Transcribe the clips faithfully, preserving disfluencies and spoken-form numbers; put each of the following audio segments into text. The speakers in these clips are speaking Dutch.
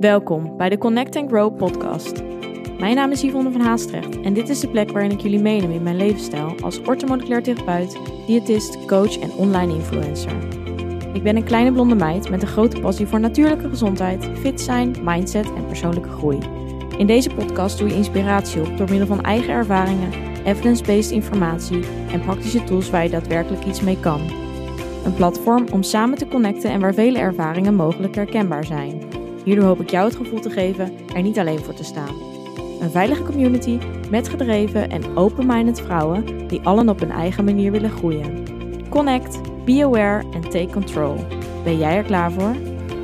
Welkom bij de Connect and Grow podcast. Mijn naam is Yvonne van Haastrecht en dit is de plek waarin ik jullie meeneem in mijn levensstijl als orthomoleculair therapeut, diëtist, coach en online influencer. Ik ben een kleine blonde meid met een grote passie voor natuurlijke gezondheid, fit zijn, mindset en persoonlijke groei. In deze podcast doe je inspiratie op door middel van eigen ervaringen, evidence-based informatie en praktische tools waar je daadwerkelijk iets mee kan. Een platform om samen te connecten en waar vele ervaringen mogelijk herkenbaar zijn. Hierdoor hoop ik jou het gevoel te geven er niet alleen voor te staan. Een veilige community met gedreven en open-minded vrouwen die allen op hun eigen manier willen groeien. Connect, be aware en take control. Ben jij er klaar voor?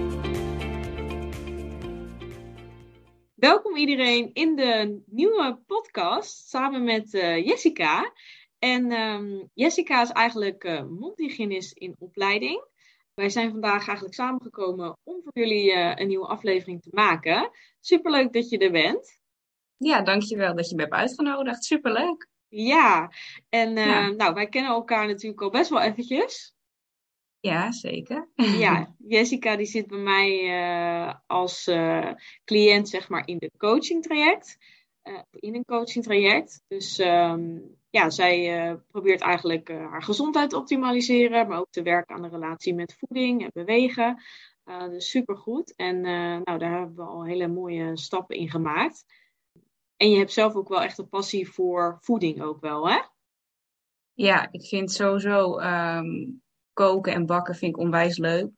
Welkom iedereen in de nieuwe podcast samen met uh, Jessica. En um, Jessica is eigenlijk uh, mondhygiënist in opleiding. Wij zijn vandaag eigenlijk samengekomen om voor jullie uh, een nieuwe aflevering te maken. Superleuk dat je er bent. Ja, dankjewel dat je me hebt uitgenodigd. Superleuk. Ja, en uh, Ja. nou, wij kennen elkaar natuurlijk al best wel eventjes. Ja, zeker. Ja, Jessica die zit bij mij uh, als uh, cliënt zeg maar in de coaching traject. Uh, in een coaching traject. Dus um, ja, zij uh, probeert eigenlijk uh, haar gezondheid te optimaliseren. Maar ook te werken aan de relatie met voeding en bewegen. Uh, dus supergoed. En uh, nou, daar hebben we al hele mooie stappen in gemaakt. En je hebt zelf ook wel echt een passie voor voeding ook wel, hè? Ja, ik vind sowieso um, koken en bakken vind ik onwijs leuk.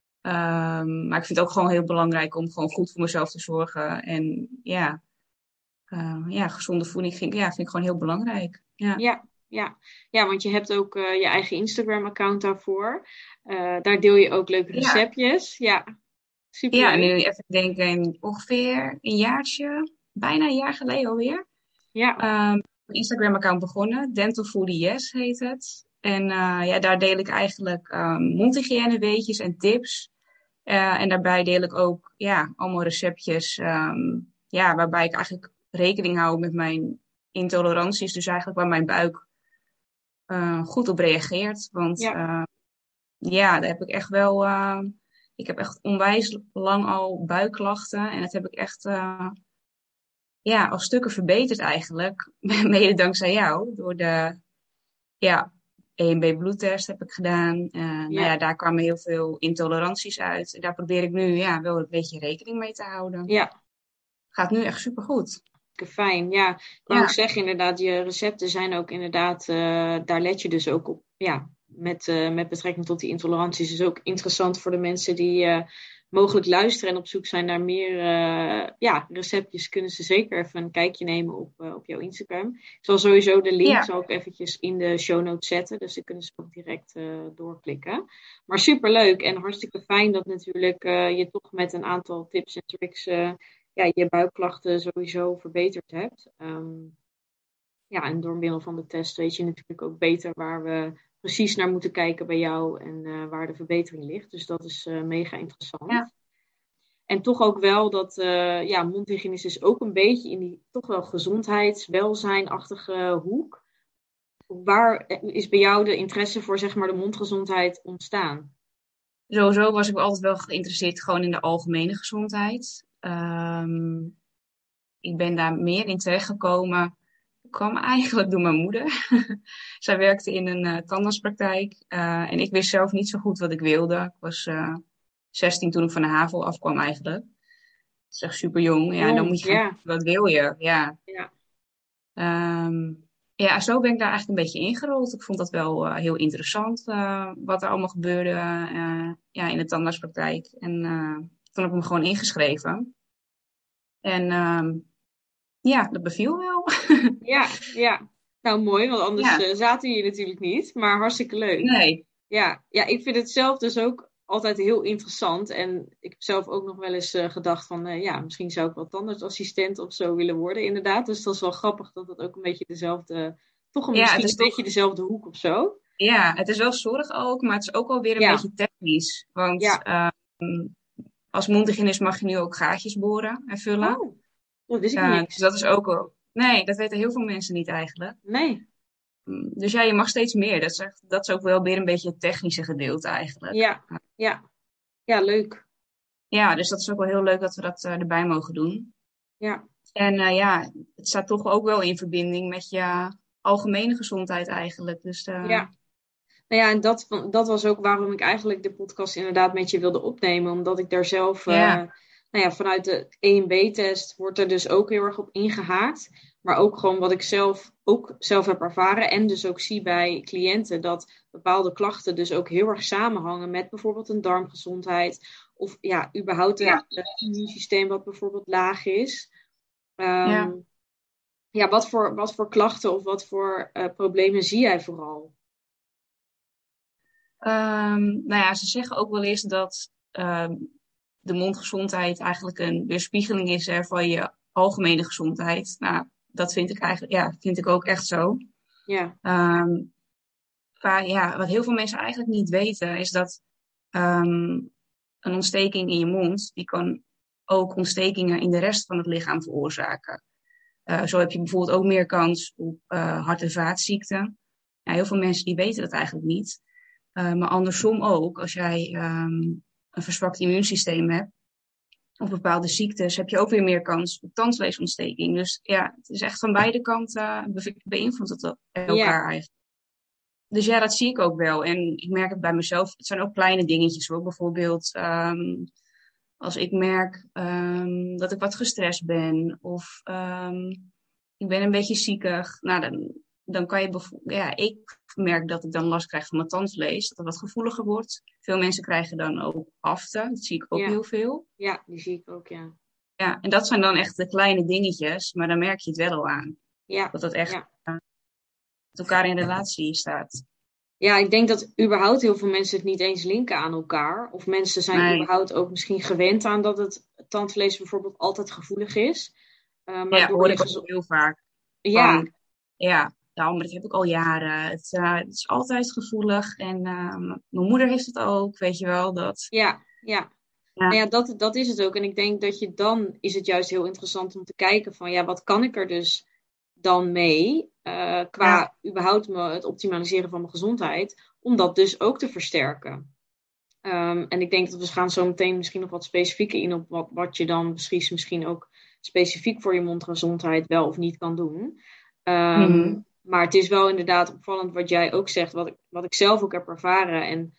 Um, maar ik vind het ook gewoon heel belangrijk om gewoon goed voor mezelf te zorgen. En ja, uh, ja gezonde voeding vind ik, ja, vind ik gewoon heel belangrijk. Ja, Ja, ja. ja want je hebt ook uh, je eigen Instagram-account daarvoor. Uh, daar deel je ook leuke receptjes. Ja, ja super. Ja, en nu even denken, ongeveer een jaartje, bijna een jaar geleden alweer. Ja. Um, een Instagram-account begonnen. Dental Foodie Yes heet het. En uh, ja, daar deel ik eigenlijk um, mondhygiëne weetjes en tips. Uh, en daarbij deel ik ook ja, allemaal receptjes. Um, ja, waarbij ik eigenlijk rekening hou met mijn intoleranties. Dus eigenlijk waar mijn buik uh, goed op reageert. Want ja. Uh, ja, daar heb ik echt wel... Uh, ik heb echt onwijs lang al buikklachten. En dat heb ik echt... Uh, ja, al stukken verbeterd eigenlijk. Mede dankzij jou. Door de ja, E M B bloedtest heb ik gedaan. Uh, ja. Nou ja, daar kwamen heel veel intoleranties uit. En daar probeer ik nu ja, wel een beetje rekening mee te houden. Ja. Gaat nu echt supergoed. Fijn, ja. Ik kan ja. ook zeggen inderdaad, je recepten zijn ook inderdaad, uh, daar let je dus ook op. Ja, met, uh, met betrekking tot die intoleranties. Is ook interessant voor de mensen die uh, mogelijk luisteren en op zoek zijn naar meer uh, ja, receptjes. Kunnen ze zeker even een kijkje nemen op, uh, op jouw Instagram. Ik zal sowieso de link ja. zal ik eventjes in de show notes zetten. Dus dan kunnen ze ook direct uh, doorklikken. Maar superleuk en hartstikke fijn dat natuurlijk uh, je toch met een aantal tips en tricks... Uh, ja, je buikklachten sowieso verbeterd hebt. Um, ja, en door middel van de test weet je natuurlijk ook beter waar we precies naar moeten kijken bij jou en uh, waar de verbetering ligt. Dus dat is uh, mega interessant. Ja. En toch ook wel dat, uh, ja, mondhygiëne is ook een beetje in die toch wel gezondheids-, welzijnachtige hoek. Waar is bij jou de interesse voor, zeg maar, de mondgezondheid ontstaan? Sowieso was ik altijd wel geïnteresseerd gewoon in de algemene gezondheid. Um, ik ben daar meer in terechtgekomen. Ik kwam eigenlijk door mijn moeder. Zij werkte in een uh, tandartspraktijk. Uh, en ik wist zelf niet zo goed wat ik wilde. Ik was uh, zestien toen ik van de HAVO afkwam eigenlijk. Dat is echt super jong. Ja, jong, dan moet je gaan, ja. Wat wil je? Ja. Ja. Um, ja, zo ben ik daar eigenlijk een beetje ingerold. Ik vond dat wel uh, heel interessant. Uh, wat er allemaal gebeurde uh, ja, in de tandartspraktijk. En... Uh, Toen heb ik me gewoon ingeschreven. En um, ja, dat beviel wel. ja, ja. Nou, mooi, want anders ja. uh, zaten je natuurlijk niet. Maar hartstikke leuk. Nee. Ja, ja, ik vind het zelf dus ook altijd heel interessant. En ik heb zelf ook nog wel eens uh, gedacht van... Uh, ja, misschien zou ik wel tandartsassistent of zo willen worden, inderdaad. Dus dat is wel grappig dat het ook een beetje dezelfde... Toch een, ja, misschien het is een beetje toch... dezelfde hoek of zo. Ja, het is wel zorg ook, maar het is ook wel weer een ja. beetje technisch. Want... Ja. Um, Als mondhygiënist mag je nu ook gaatjes boren en vullen. Oh, dat wist ik uh, niet. Dus dat is ook wel... Nee, dat weten heel veel mensen niet eigenlijk. Nee. Dus ja, je mag steeds meer. Dat is, echt, dat is ook wel weer een beetje het technische gedeelte eigenlijk. Ja, ja. Ja, leuk. Ja, dus dat is ook wel heel leuk dat we dat uh, erbij mogen doen. Ja. En uh, ja, het staat toch ook wel in verbinding met je algemene gezondheid eigenlijk. Dus, uh... Ja. Nou ja, en dat, dat was ook waarom ik eigenlijk de podcast inderdaad met je wilde opnemen. Omdat ik daar zelf, uh, ja. nou ja, vanuit de één B-test wordt er dus ook heel erg op ingehaakt. Maar ook gewoon wat ik zelf ook zelf heb ervaren en dus ook zie bij cliënten. Dat bepaalde klachten dus ook heel erg samenhangen met bijvoorbeeld een darmgezondheid. Of ja, überhaupt ja. het immuunsysteem wat bijvoorbeeld laag is. Um, ja, ja wat, voor, wat voor klachten of wat voor uh, problemen zie jij vooral? Um, nou ja, ze zeggen ook wel eens dat um, de mondgezondheid eigenlijk een weerspiegeling is hè, van je algemene gezondheid. Nou, dat vind ik eigenlijk, ja, vind ik ook echt zo. Ja. Um, maar ja, wat heel veel mensen eigenlijk niet weten, is dat um, een ontsteking in je mond, die kan ook ontstekingen in de rest van het lichaam veroorzaken. Uh, zo heb je bijvoorbeeld ook meer kans op uh, hart- en vaatziekten. Ja, heel veel mensen die weten dat eigenlijk niet. Uh, maar andersom ook, als jij um, een verzwakt immuunsysteem hebt, of bepaalde ziektes, heb je ook weer meer kans op tandvleesontsteking. Dus ja, het is echt van beide kanten be- beïnvloedt het elkaar ja. eigenlijk. Dus ja, dat zie ik ook wel. En ik merk het bij mezelf. Het zijn ook kleine dingetjes hoor. Bijvoorbeeld um, als ik merk um, dat ik wat gestrest ben. Of um, ik ben een beetje ziekig. Nou, dan, dan kan je bijvoorbeeld... Ja, ik merk dat ik dan last krijg van mijn tandvlees. Dat het wat gevoeliger wordt. Veel mensen krijgen dan ook afte. Dat zie ik ook ja. heel veel. Ja, die zie ik ook, ja. Ja, en dat zijn dan echt de kleine dingetjes. Maar dan merk je het wel al aan. Ja. Dat het echt... Ja. met elkaar in relatie staat. Ja, ik denk dat überhaupt heel veel mensen het niet eens linken aan elkaar. Of mensen zijn nee. überhaupt ook misschien gewend aan dat het tandvlees bijvoorbeeld altijd gevoelig is. Uh, maar ja, hoor ik gezo- ook heel vaak. Ja. Van, ja, nou, maar dat heb ik al jaren. Het, uh, het is altijd gevoelig. En uh, m- mijn moeder heeft het ook, weet je wel. Dat... Ja, ja. Ja, nou ja dat, dat is het ook. En ik denk dat je dan is het juist heel interessant om te kijken van ja, wat kan ik er dus dan mee, uh, qua ja. überhaupt me, het optimaliseren van mijn gezondheid, om dat dus ook te versterken. Um, en ik denk dat we gaan zo meteen misschien nog wat specifieker in op wat, wat je dan misschien, misschien ook specifiek voor je mondgezondheid wel of niet kan doen. Um, mm-hmm. Maar het is wel inderdaad opvallend wat jij ook zegt, wat ik, wat ik zelf ook heb ervaren. En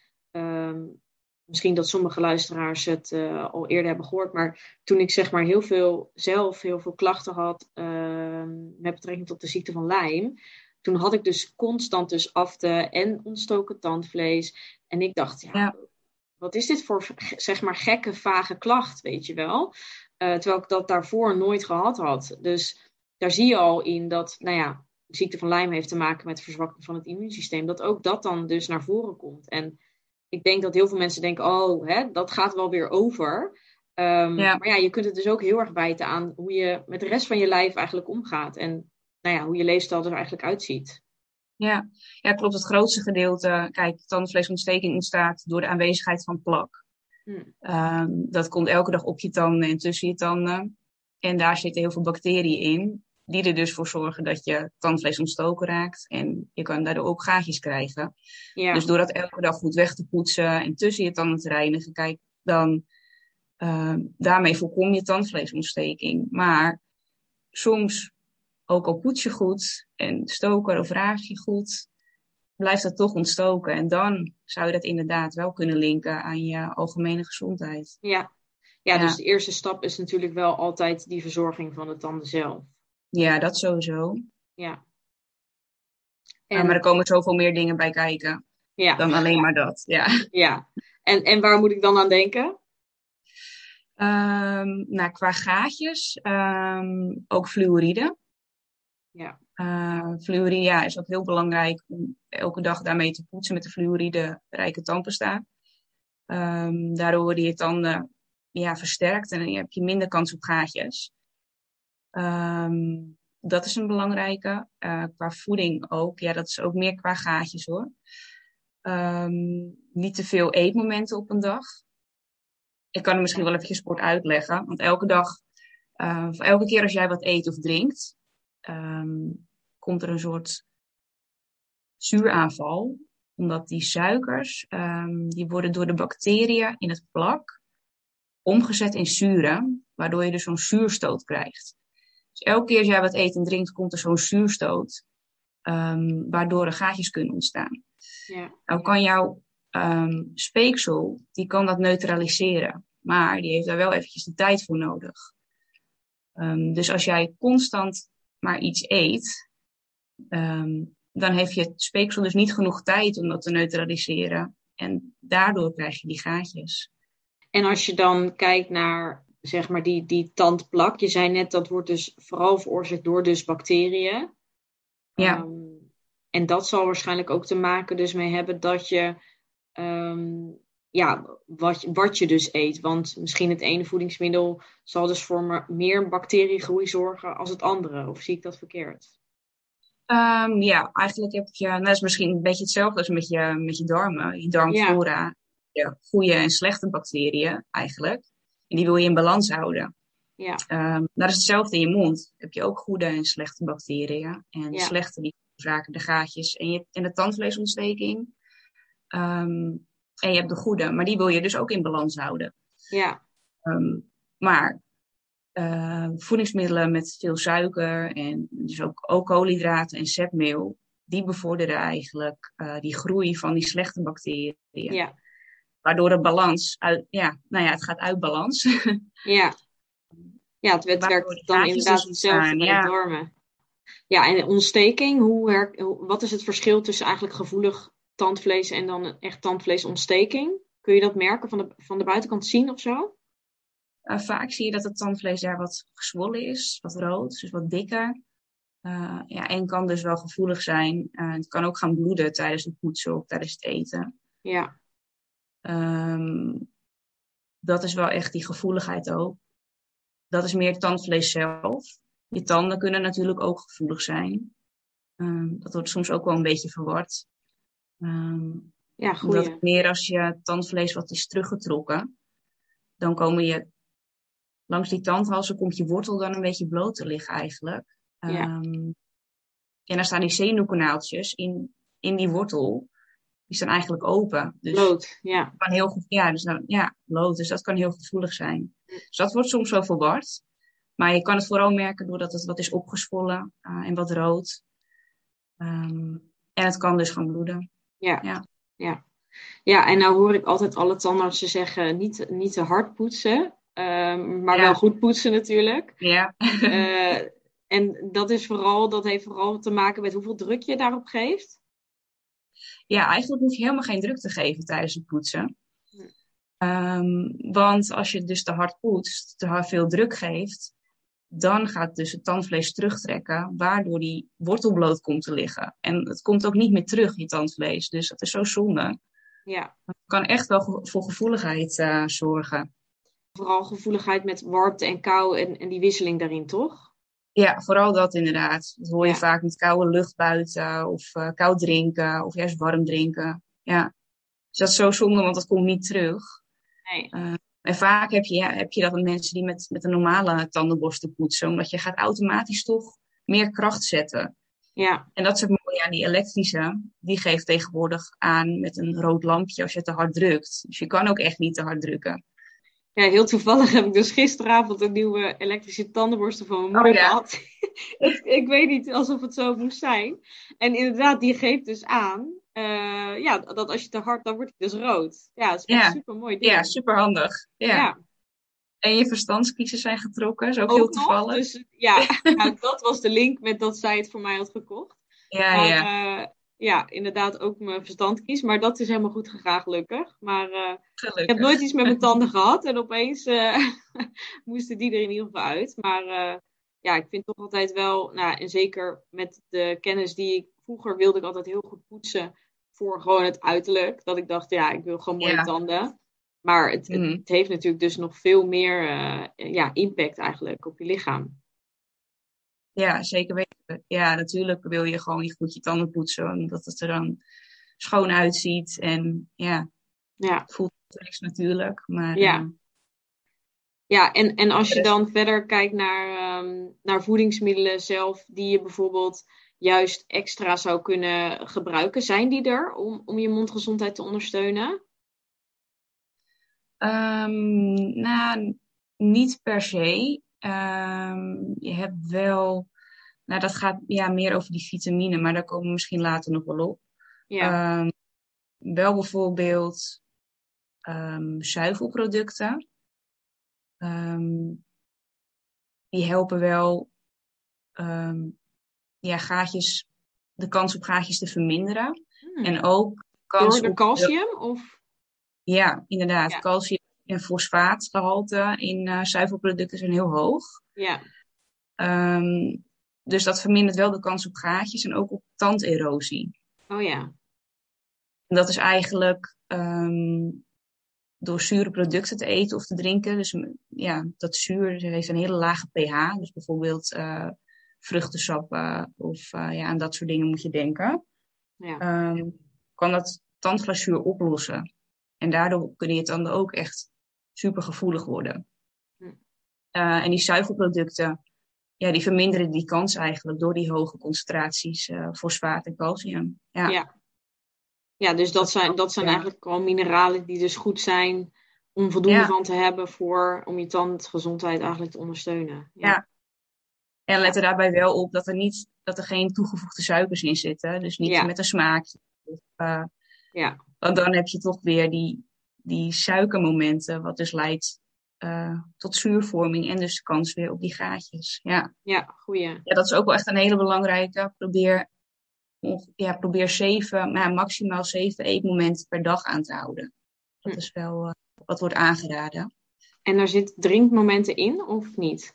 um, misschien dat sommige luisteraars het uh, al eerder hebben gehoord. Maar toen ik zeg maar heel veel zelf heel veel klachten had uh, met betrekking tot de ziekte van Lyme. Toen had ik dus constant dus afte en ontstoken tandvlees. En ik dacht, ja, ja. wat is dit voor zeg maar gekke, vage klacht, weet je wel. Uh, terwijl ik dat daarvoor nooit gehad had. Dus daar zie je al in dat, nou ja, de ziekte van Lyme heeft te maken met verzwakking van het immuunsysteem. Dat ook dat dan dus naar voren komt. En ik denk dat heel veel mensen denken, oh, hè, dat gaat wel weer over. Um, ja. Maar ja, je kunt het dus ook heel erg wijten aan hoe je met de rest van je lijf eigenlijk omgaat. En nou ja, hoe je leefstijl er eigenlijk uitziet. Ja. ja, klopt. Het grootste gedeelte, kijk, tandvleesontsteking ontstaat door de aanwezigheid van plak. Hmm. Um, dat komt elke dag op je tanden en tussen je tanden. En daar zitten heel veel bacteriën in, die er dus voor zorgen dat je tandvlees ontstoken raakt. En je kan daardoor ook gaatjes krijgen. Ja. Dus door dat elke dag goed weg te poetsen en tussen je tanden te reinigen, kijk, dan uh, daarmee voorkom je tandvleesontsteking. Maar soms, ook al poets je goed en stoker of raag je goed, blijft dat toch ontstoken. En dan zou je dat inderdaad wel kunnen linken aan je algemene gezondheid. Ja, ja, ja. Dus de eerste stap is natuurlijk wel altijd die verzorging van de tanden zelf. Ja, dat sowieso. Ja. En... Ja, maar er komen zoveel meer dingen bij kijken ja. dan alleen maar dat. Ja. Ja. En, en waar moet ik dan aan denken? Um, nou, qua gaatjes, um, ook fluoride. Ja. Uh, fluoride ja, is ook heel belangrijk om elke dag daarmee te poetsen met de fluoride-rijke tandpasta. Um, daardoor worden je tanden ja, versterkt en dan heb je minder kans op gaatjes. Um, dat is een belangrijke. Uh, qua voeding ook. Ja, dat is ook meer qua gaatjes hoor. Um, niet te veel eetmomenten op een dag. Ik kan er misschien wel even sport uitleggen. Want elke dag, uh, of elke keer als jij wat eet of drinkt, um, komt er een soort zuuraanval. Omdat die suikers, um, die worden door de bacteriën in het plak omgezet in zuren, waardoor je dus zo'n zuurstoot krijgt. Dus elke keer als jij wat eet en drinkt, komt er zo'n zuurstoot, um, waardoor er gaatjes kunnen ontstaan. Ja. Nou kan jouw um, speeksel, die kan dat neutraliseren, maar die heeft daar wel eventjes de tijd voor nodig. Um, dus als jij constant maar iets eet, um, dan heeft je speeksel dus niet genoeg tijd om dat te neutraliseren. En daardoor krijg je die gaatjes. En als je dan kijkt naar, zeg maar, die, die tandplak. Je zei net, dat wordt dus vooral veroorzaakt door dus bacteriën. Ja. Um, en dat zal waarschijnlijk ook te maken dus mee hebben dat je, um, ja, wat, wat je dus eet. Want misschien het ene voedingsmiddel zal dus voor meer bacteriegroei zorgen als het andere. Of zie ik dat verkeerd? Um, ja, eigenlijk heb je, nou, dat is misschien een beetje hetzelfde als met je, met je darmen. Je darmflora, ja. Je goede en slechte bacteriën eigenlijk. En die wil je in balans houden. Ja. Um, dat is hetzelfde in je mond. Heb je ook goede en slechte bacteriën. En de Ja. slechte die veroorzaken de gaatjes en, je, en de tandvleesontsteking. Um, en je hebt de goede, maar die wil je dus ook in balans houden. Ja. Um, maar uh, voedingsmiddelen met veel suiker en dus ook, ook koolhydraten en zetmeel, die bevorderen eigenlijk uh, die groei van die slechte bacteriën. Ja. Waardoor de balans, uit, ja, nou ja, het gaat uit balans. Ja. Ja, het, het werkt dan inderdaad dus hetzelfde bij ja. de darmen. Ja, en ontsteking, hoe her, wat is het verschil tussen eigenlijk gevoelig tandvlees en dan echt tandvleesontsteking? Kun je dat merken van de, van de buitenkant zien of zo? Uh, vaak zie je dat het tandvlees daar wat gezwollen is, wat rood, dus wat dikker. Uh, ja, en kan dus wel gevoelig zijn. Uh, het kan ook gaan bloeden tijdens het poetsen of tijdens het eten. Ja. Um, dat is wel echt die gevoeligheid ook. Dat is meer het tandvlees zelf. Je tanden kunnen natuurlijk ook gevoelig zijn. Um, dat wordt soms ook wel een beetje verward. Um, ja, goeie. Dat meer als je tandvlees wat is teruggetrokken, dan komen je langs die tandhalsen komt je wortel dan een beetje bloot te liggen eigenlijk. Ja. Um, en dan staan die zenuwkanaaltjes in, in die wortel. Die staan eigenlijk open. Dus bloot, ja. Kan heel goed, ja, dus dan, ja, bloot. Dus dat kan heel gevoelig zijn. Dus dat wordt soms wel verward. Maar je kan het vooral merken doordat het wat is opgezwollen uh, en wat rood. Um, en het kan dus gaan bloeden. Ja. Ja. Ja. Ja, en nou hoor ik altijd alle tandartsen zeggen niet, niet te hard poetsen. Um, maar ja. wel goed poetsen natuurlijk. Ja. uh, en dat is vooral, dat heeft vooral te maken met hoeveel druk je daarop geeft. Ja, eigenlijk hoef je helemaal geen druk te geven tijdens het poetsen. Um, want als je dus te hard poetst, te hard veel druk geeft, dan gaat dus het tandvlees terugtrekken, waardoor die wortel bloot komt te liggen. En het komt ook niet meer terug, je tandvlees. Dus dat is zo zonde. Ja. Dat kan echt wel ge- voor gevoeligheid uh, zorgen. Vooral gevoeligheid met warmte en kou en, en die wisseling daarin, toch? Ja, vooral dat inderdaad. Dat hoor je ja. vaak met koude lucht buiten of uh, koud drinken of juist warm drinken. Ja. Dus dat is zo zonde, want dat komt niet terug. Nee. Uh, en vaak heb je, ja, heb je dat met mensen die met, met een normale tandenborstel poetsen, omdat je gaat automatisch toch meer kracht zetten. Ja. En dat is het mooie aan die elektrische. Die geeft tegenwoordig aan met een rood lampje als je te hard drukt. Dus je kan ook echt niet te hard drukken. Ja, heel toevallig heb ik dus gisteravond een nieuwe elektrische tandenborstel van mijn moeder oh, ja. gehad. ik, ik weet niet alsof het zo moest zijn. En inderdaad, die geeft dus aan uh, ja, dat als je te hard, dan wordt hij dus rood. Ja, dat is echt ja. super mooi ding. Ja, super handig. Ja. ja. En je verstandskiezen zijn getrokken, is ook, ook heel toevallig. Dus, ja, nou, dat was de link met dat zij het voor mij had gekocht. Ja, maar, ja. Uh, ja, inderdaad ook mijn verstandkies. Maar dat is helemaal goed gegaan, gelukkig. Maar uh, gelukkig. Ik heb nooit iets met mijn tanden gehad. En opeens uh, moesten die er in ieder geval uit. Maar uh, ja, ik vind toch altijd wel... Nou, en zeker met de kennis die ik... Vroeger wilde ik altijd heel goed poetsen voor gewoon het uiterlijk. Dat ik dacht, ja, ik wil gewoon mooie ja. tanden. Maar het, mm. het, het heeft natuurlijk dus nog veel meer uh, ja, impact eigenlijk op je lichaam. Ja, zeker weten. Ja, natuurlijk wil je gewoon je goed je tanden poetsen. Omdat het er dan schoon uitziet. En ja, ja. het voelt niks natuurlijk. Maar, ja, uh, ja en, en als je dan verder kijkt naar, um, naar voedingsmiddelen zelf. Die je bijvoorbeeld juist extra zou kunnen gebruiken. Zijn die er om, om je mondgezondheid te ondersteunen? Um, nou, niet per se. Um, je hebt wel... Nou, dat gaat ja, meer over die vitamine, maar daar komen we misschien later nog wel op. Ja. Um, wel bijvoorbeeld um, zuivelproducten. Um, die helpen wel um, ja, gaatjes, de kans op gaatjes te verminderen. Hmm. En ook kans Door de op calcium? Of? Ja, inderdaad. Ja. Calcium en fosfaatgehalte in uh, zuivelproducten zijn heel hoog. Ja. Um, dus dat vermindert wel de kans op gaatjes en ook op tanderosie. Oh ja. En dat is eigenlijk um, door zure producten te eten of te drinken. Dus ja, dat zuur heeft een hele lage pH. Dus bijvoorbeeld uh, vruchtensappen of uh, ja, aan dat soort dingen moet je denken. Ja. Um, kan dat tandglazuur oplossen. En daardoor kunnen je tanden ook echt super gevoelig worden. Hm. Uh, en die zuivelproducten, ja, die verminderen die kans eigenlijk door die hoge concentraties uh, fosfaat en calcium. Ja, ja. ja dus dat zijn, dat zijn ja. eigenlijk al mineralen die dus goed zijn om voldoende ja. van te hebben voor, om je tandgezondheid eigenlijk te ondersteunen. Ja. ja. En let er daarbij wel op dat er, niet, dat er geen toegevoegde suikers in zitten. Dus niet ja. met een smaakje. Of, uh, ja. Want dan heb je toch weer die, die suikermomenten, wat dus leidt uh, tot zuurvorming en dus de kans weer op die gaatjes. Ja, ja goeie. Ja, dat is ook wel echt een hele belangrijke. Probeer, ja, probeer zeven, nou, maximaal zeven eetmomenten per dag aan te houden. Dat hm. is wel uh, wat wordt aangeraden. En daar zitten drinkmomenten in of niet?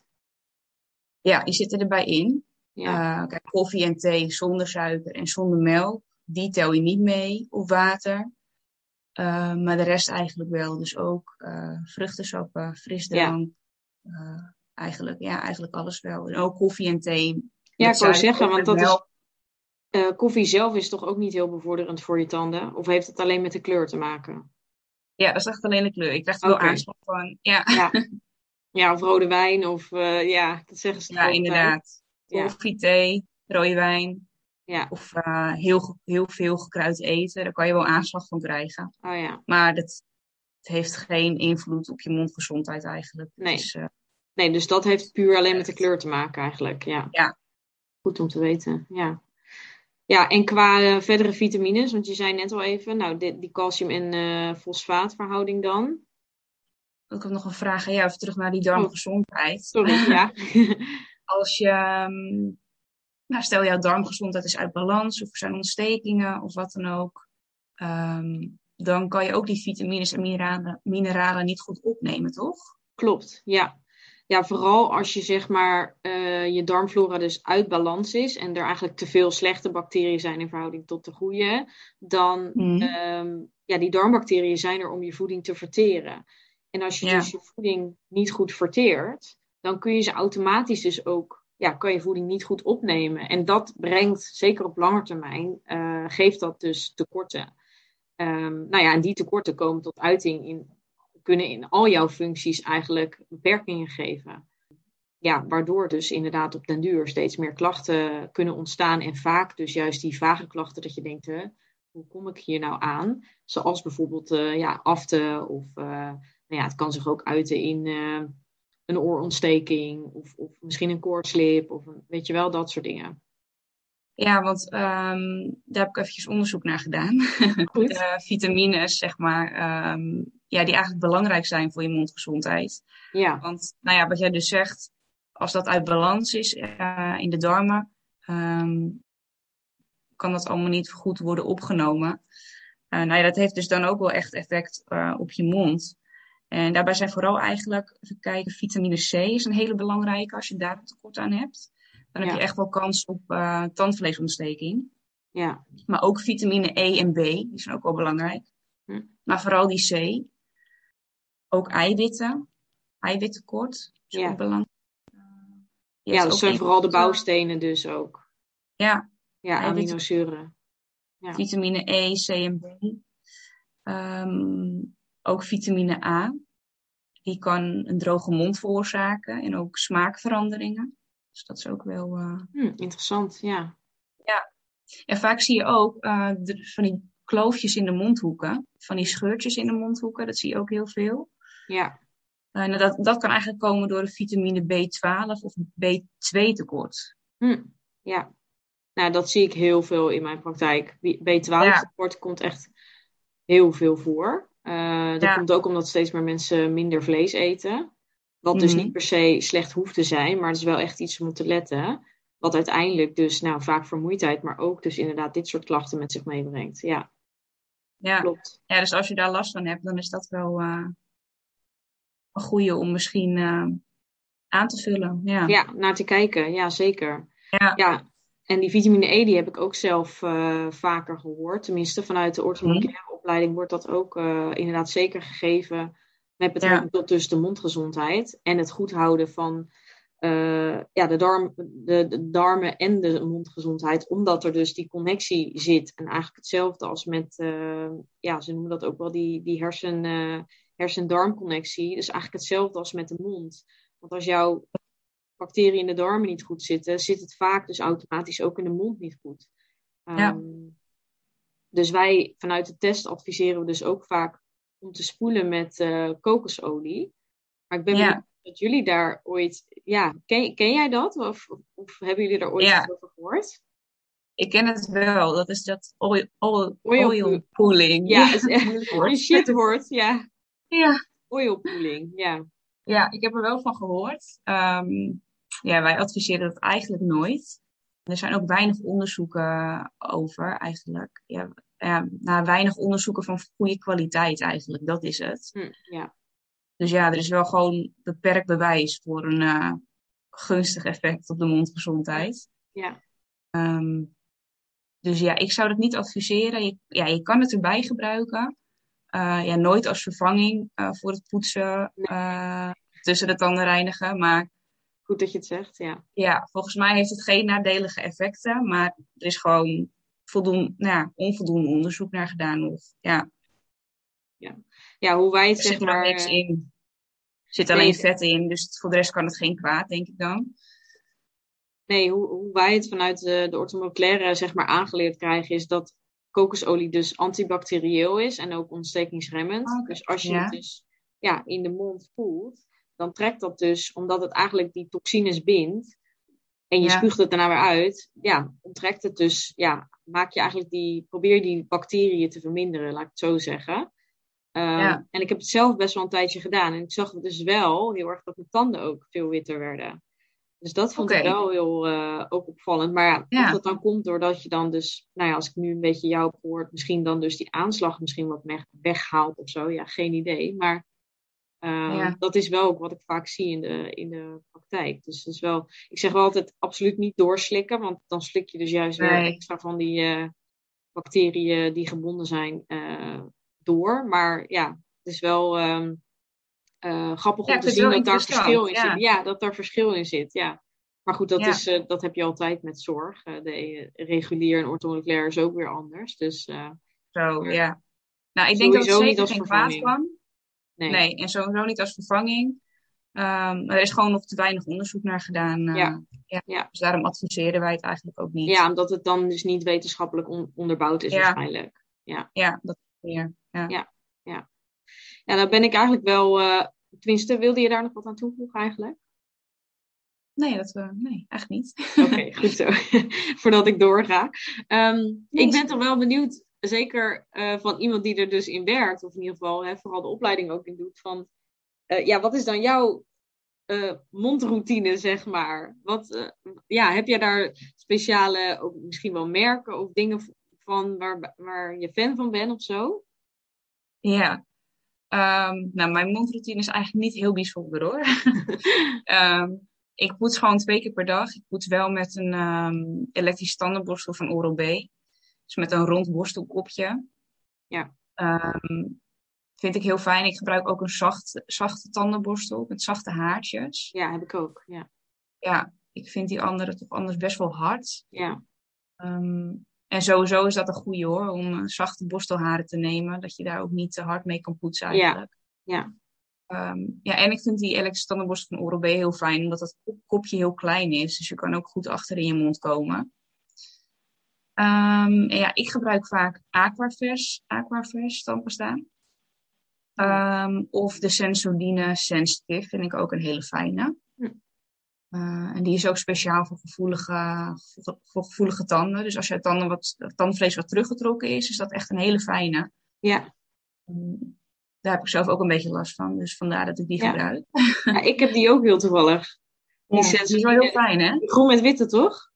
Ja, die zitten erbij in. Ja. Uh, kijk, koffie en thee zonder suiker en zonder melk, die tel je niet mee, of water. Uh, maar de rest eigenlijk wel. Dus ook uh, vruchtensappen, frisdrank. Ja. Uh, eigenlijk, ja, eigenlijk alles wel. En ook koffie en thee. Ja, ik wou zeggen, want dat is, uh, koffie zelf is toch ook niet heel bevorderend voor je tanden? Of heeft het alleen met de kleur te maken? Ja, dat is echt alleen de kleur. Ik krijg er okay. wel aanslag van. Ja. Ja. ja, of rode wijn. Of uh, ja, dat zeggen ze toch Ja, ook inderdaad. Koffie, ja. thee, rode wijn. Ja. Of uh, heel, heel veel gekruid eten. Daar kan je wel aanslag van krijgen. Oh ja. Maar dat, het heeft geen invloed op je mondgezondheid eigenlijk. Nee. Dus, uh, nee, dus dat heeft puur alleen met de kleur te maken eigenlijk. Ja. ja. Goed om te weten, ja. Ja, en qua uh, verdere vitamines, want je zei net al even, nou, die, die calcium- en uh, fosfaatverhouding dan. Ik heb nog een vraag aan jou, even terug naar die darmgezondheid. Oh, sorry, ja. Als je... Um, Nou, stel jouw darmgezondheid is uit balans of er zijn ontstekingen of wat dan ook. Um, dan kan je ook die vitamines en mineralen, mineralen niet goed opnemen, toch? Klopt, ja. Ja, vooral als je zeg maar uh, je darmflora dus uit balans is en er eigenlijk te veel slechte bacteriën zijn in verhouding tot de goede, dan mm. um, ja, die darmbacteriën zijn er om je voeding te verteren. En als je ja. dus je voeding niet goed verteert, dan kun je ze automatisch dus ook ja, kan je voeding niet goed opnemen. En dat brengt, zeker op lange termijn, uh, geeft dat dus tekorten. Um, nou ja, en die tekorten komen tot uiting in, kunnen in al jouw functies eigenlijk beperkingen geven. Ja, waardoor dus inderdaad op den duur steeds meer klachten kunnen ontstaan. En vaak dus juist die vage klachten dat je denkt, hè, hoe kom ik hier nou aan? Zoals bijvoorbeeld uh, ja, afte of uh, nou ja, het kan zich ook uiten in... Uh, een oorontsteking of, of misschien een koortslip of een, weet je wel, dat soort dingen. Ja, want um, daar heb ik eventjes onderzoek naar gedaan. Goed. De vitamines, zeg maar, um, ja, die eigenlijk belangrijk zijn voor je mondgezondheid. Ja. Want, nou ja, wat jij dus zegt, als dat uit balans is uh, in de darmen, um, kan dat allemaal niet goed worden opgenomen. Uh, nou ja, dat heeft dus dan ook wel echt effect uh, op je mond. En daarbij zijn vooral eigenlijk, even kijken, vitamine C is een hele belangrijke als je daar een tekort aan hebt. Dan heb ja. je echt wel kans op uh, tandvleesontsteking. Ja. Maar ook vitamine E en B, die zijn ook wel belangrijk. Hm. Maar vooral die C. Ook eiwitten, eiwittekort is ja. ook belangrijk. Uh, ja, dat zijn vooral de bouwstenen dus ook. Ja. Ja, aminozuren. Ja. Vitamine E, C en B. Um, Ook vitamine A, die kan een droge mond veroorzaken en ook smaakveranderingen. Dus dat is ook wel... Uh... Hmm, interessant, ja. Ja, en vaak zie je ook uh, de, van die kloofjes in de mondhoeken, van die scheurtjes in de mondhoeken, dat zie je ook heel veel. Ja. En uh, dat, dat kan eigenlijk komen door de vitamine B twaalf of B twee tekort. Hm. Ja. Nou, dat zie ik heel veel in mijn praktijk. B twaalf tekort ja. komt echt heel veel voor. Uh, dat ja. komt ook omdat steeds meer mensen minder vlees eten. Wat mm-hmm. dus niet per se slecht hoeft te zijn, maar het is wel echt iets om te letten. Wat uiteindelijk dus nou, vaak vermoeidheid, maar ook dus inderdaad dit soort klachten met zich meebrengt. Ja, ja. klopt. Ja, dus als je daar last van hebt, dan is dat wel uh, een goede om misschien uh, aan te vullen. Ja. ja, naar te kijken. Ja, zeker. Ja. ja. En die vitamine E, die heb ik ook zelf uh, vaker gehoord. Tenminste, vanuit de orthomoleculaire mm-hmm. opleiding wordt dat ook uh, inderdaad zeker gegeven. Met betrekking ja. tot dus de mondgezondheid. En het goed houden van uh, ja, de, darm, de, de darmen en de mondgezondheid. Omdat er dus die connectie zit. En eigenlijk hetzelfde als met, uh, ja, ze noemen dat ook wel die, die hersen, uh, hersen-darmconnectie. Dus eigenlijk hetzelfde als met de mond. Want als jouw bacteriën in de darmen niet goed zitten, zit het vaak dus automatisch ook in de mond niet goed. Um, ja. Dus wij vanuit de test adviseren we dus ook vaak om te spoelen met uh, kokosolie. Maar ik ben benieuwd ja. dat jullie daar ooit... Ja, ken, ken jij dat? Of, of hebben jullie daar ooit ja. over gehoord? Ik ken het wel. Dat is dat oil, oil, oil, oil pooling. Ja, het is echt een shitwoord. Ja. Ja. Oil pooling, ja. Ja, ik heb er wel van gehoord. Um, ja, wij adviseren dat eigenlijk nooit. Er zijn ook weinig onderzoeken over eigenlijk. Ja, ja, nou, weinig onderzoeken van goede kwaliteit eigenlijk. Dat is het. Hm, ja. Dus ja, er is wel gewoon beperkt bewijs voor een uh, gunstig effect op de mondgezondheid. Ja. Um, dus ja, ik zou dat niet adviseren. Je, ja, je kan het erbij gebruiken. Uh, ja, nooit als vervanging uh, voor het poetsen. Uh, tussen de tanden reinigen. Maar goed dat je het zegt, ja. Ja, volgens mij heeft het geen nadelige effecten. Maar er is gewoon voldoen, nou ja, onvoldoende onderzoek naar gedaan. Of, ja. Ja. ja, hoe wij het er zeg zit er maar... niks in. Er zit alleen nee, vet in. Dus voor de rest kan het geen kwaad, denk ik dan. Nee, hoe, hoe wij het vanuit de, de orthomoleculaire zeg maar aangeleerd krijgen... is dat kokosolie dus antibacterieel is en ook ontstekingsremmend. Okay. Dus als je ja. het dus ja, in de mond voelt... dan trekt dat dus, omdat het eigenlijk die toxines bindt... en je ja. spuugt het daarna weer uit... ja, onttrekt het dus... ja, maak je eigenlijk die... probeer die bacteriën te verminderen, laat ik het zo zeggen. Um, ja. En ik heb het zelf best wel een tijdje gedaan. En ik zag dus wel heel erg dat mijn tanden ook veel witter werden. Dus dat vond okay. ik wel heel uh, ook opvallend. Maar ja, ja, of dat dan komt doordat je dan dus... nou ja, als ik nu een beetje jou heb gehoord... misschien dan dus die aanslag misschien wat me- weghaalt of zo. Ja, geen idee. Maar... Uh, ja. Dat is wel ook wat ik vaak zie in de, in de praktijk. Dus dat is wel, ik zeg wel altijd absoluut niet doorslikken, want dan slik je dus juist nee. weer extra van die uh, bacteriën die gebonden zijn uh, door. Maar ja, het is wel um, uh, grappig ja, om te zien dat daar verschil in ja. zit. Ja, dat daar verschil in zit, ja. Maar goed, dat, ja. is, uh, dat heb je altijd met zorg. Uh, de regulier en orthomoleculair is ook weer anders. Dus, uh, Zo, ja. Nou, ik denk dat het zeker niet als geen kwaad kan. Nee. nee, en sowieso niet als vervanging. Um, maar er is gewoon nog te weinig onderzoek naar gedaan. Uh, ja. Ja. Ja. Dus daarom adviseren wij het eigenlijk ook niet. Ja, omdat het dan dus niet wetenschappelijk on- onderbouwd is ja. waarschijnlijk. Ja, ja dat is meer. Ja. Ja. Ja. ja, dan ben ik eigenlijk wel... Uh, tenminste, wilde je daar nog wat aan toevoegen eigenlijk? Nee, dat, uh, nee echt niet. Oké, okay, goed zo. Voordat ik doorga. Um, nee, ik ben toch wel benieuwd... Zeker uh, van iemand die er dus in werkt, of in ieder geval hè, vooral de opleiding ook in doet, van uh, ja, wat is dan jouw uh, mondroutine, zeg maar? Wat, uh, ja, heb jij daar speciale, ook misschien wel merken of dingen van waar, waar je fan van bent of zo? Ja, um, nou mijn mondroutine is eigenlijk niet heel bijzonder hoor. um, ik poets gewoon twee keer per dag. Ik poets wel met een um, elektrische tandenborstel van Oral-B. Dus met een rond borstelkopje. Ja. Um, vind ik heel fijn. Ik gebruik ook een zacht, zachte tandenborstel met zachte haartjes. Ja, heb ik ook. Ja, ja ik vind die andere toch anders best wel hard. Ja. Um, en sowieso is dat een goeie hoor, om zachte borstelharen te nemen. Dat je daar ook niet te hard mee kan poetsen eigenlijk. Ja. Ja. Um, ja, en ik vind die elektrische tandenborstel van Oral-B heel fijn, omdat het kopje heel klein is. Dus je kan ook goed achter in je mond komen. Um, en ja, ik gebruik vaak Aquafresh, Aquafresh tandpasta. Um, of de Sensodyne Sensitive vind ik ook een hele fijne. Hm. Uh, en die is ook speciaal voor gevoelige, voor, voor gevoelige tanden. Dus als je tanden wat, tandvlees wat teruggetrokken is, is dat echt een hele fijne. Ja. Um, daar heb ik zelf ook een beetje last van. Dus vandaar dat ik die Ja. gebruik. Ja, ik heb die ook heel toevallig. Die, Ja, die is wel heel fijn, hè? groen met witte, toch?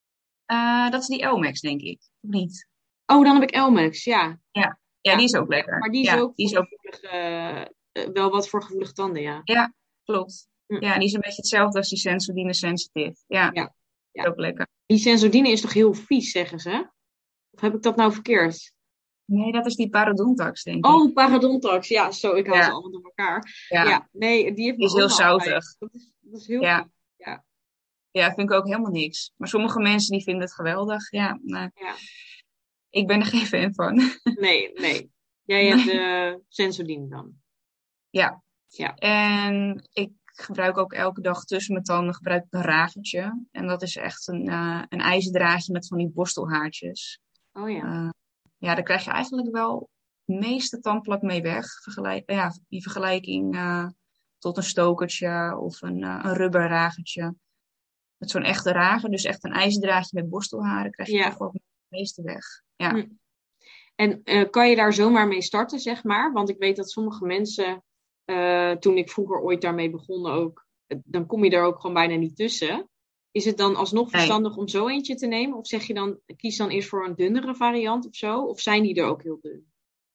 Uh, dat is die Elmex, denk ik. Of niet? Oh, dan heb ik Elmex, ja. Ja, ja, die is ook lekker. Maar die is ja, ook, die is ook... Gevoelig, uh, wel wat voor gevoelige tanden, ja. Ja, klopt. Hm. Ja, die is een beetje hetzelfde als die Sensodyne Sensitive. Ja, ja. ja. Ook lekker. Die Sensodyne is toch heel vies, zeggen ze? Of heb ik dat nou verkeerd? Nee, dat is die Parodontax, denk ik. Oh, Parodontax. Ja, zo, ik haal ja. ze allemaal door elkaar. Ja, ja nee, die, heeft die is heel zoutig. Dat is, dat is heel ja. goed. Ja. ja, vind ik ook helemaal niks. Maar sommige mensen die vinden het geweldig. Ja, nou, ja. Ik ben er geen fan van. Nee, nee. Jij hebt de uh, Sensodyne dan? Ja. ja. En ik gebruik ook elke dag tussen mijn tanden gebruik ik een rageltje. En dat is echt een, uh, een ijzerdraadje met van die borstelhaartjes. Oh ja. Uh, ja, daar krijg je eigenlijk wel de meeste tandplak mee weg. Vergelijk, ja, die vergelijking uh, tot een stokertje of een, uh, een rubberrageltje. Met zo'n echte rager, dus echt een ijzerdraadje met borstelharen, krijg je ja. toch wel het meeste weg. Ja. Hm. En uh, kan je daar zomaar mee starten, zeg maar? Want ik weet dat sommige mensen, uh, toen ik vroeger ooit daarmee begon ook, dan kom je er ook gewoon bijna niet tussen. Is het dan alsnog verstandig nee. om zo eentje te nemen? Of zeg je dan, kies dan eerst voor een dunnere variant of zo? Of zijn die er ook heel dun?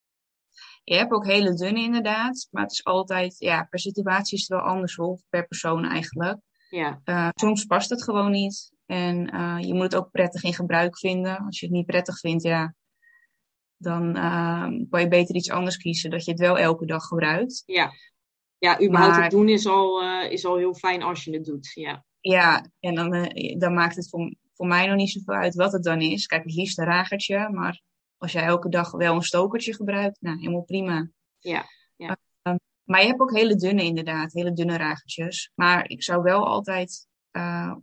Je hebt ook hele dunne inderdaad. Maar het is altijd, ja, per situatie is het wel anders of per persoon eigenlijk. Ja. Uh, soms past het gewoon niet. En uh, je moet het ook prettig in gebruik vinden. Als je het niet prettig vindt, ja, dan uh, kan je beter iets anders kiezen. Dat je het wel elke dag gebruikt. Ja, ja überhaupt maar, het doen is al, uh, is al heel fijn als je het doet. Ja, ja en dan, uh, dan maakt het voor, voor mij nog niet zoveel uit wat het dan is. Kijk, het liefst een ragertje. Maar als jij elke dag wel een stokertje gebruikt, nou, helemaal prima. Ja, ja. Uh, maar je hebt ook hele dunne inderdaad, hele dunne ragertjes. Maar ik zou wel altijd uh,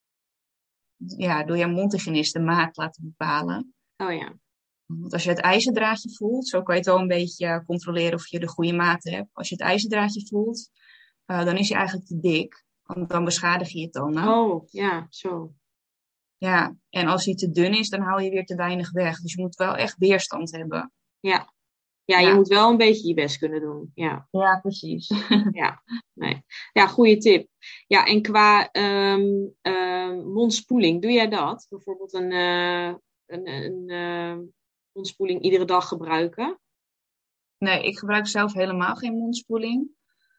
ja, door jouw mondhygiënist de maat laten bepalen. Oh ja. Want als je het ijzerdraadje voelt, zo kan je het wel een beetje controleren of je de goede maat hebt. Als je het ijzerdraadje voelt, uh, dan is hij eigenlijk te dik. Want dan beschadig je je tanden. Oh, ja, zo. Ja, en als hij te dun is, dan haal je weer te weinig weg. Dus je moet wel echt weerstand hebben. Ja. Ja, je ja. moet wel een beetje je best kunnen doen. Ja, ja precies. ja, nee. Ja, goede tip. Ja, en qua um, um, mondspoeling, doe jij dat? Bijvoorbeeld een, uh, een, een uh, mondspoeling iedere dag gebruiken? Nee, ik gebruik zelf helemaal geen mondspoeling.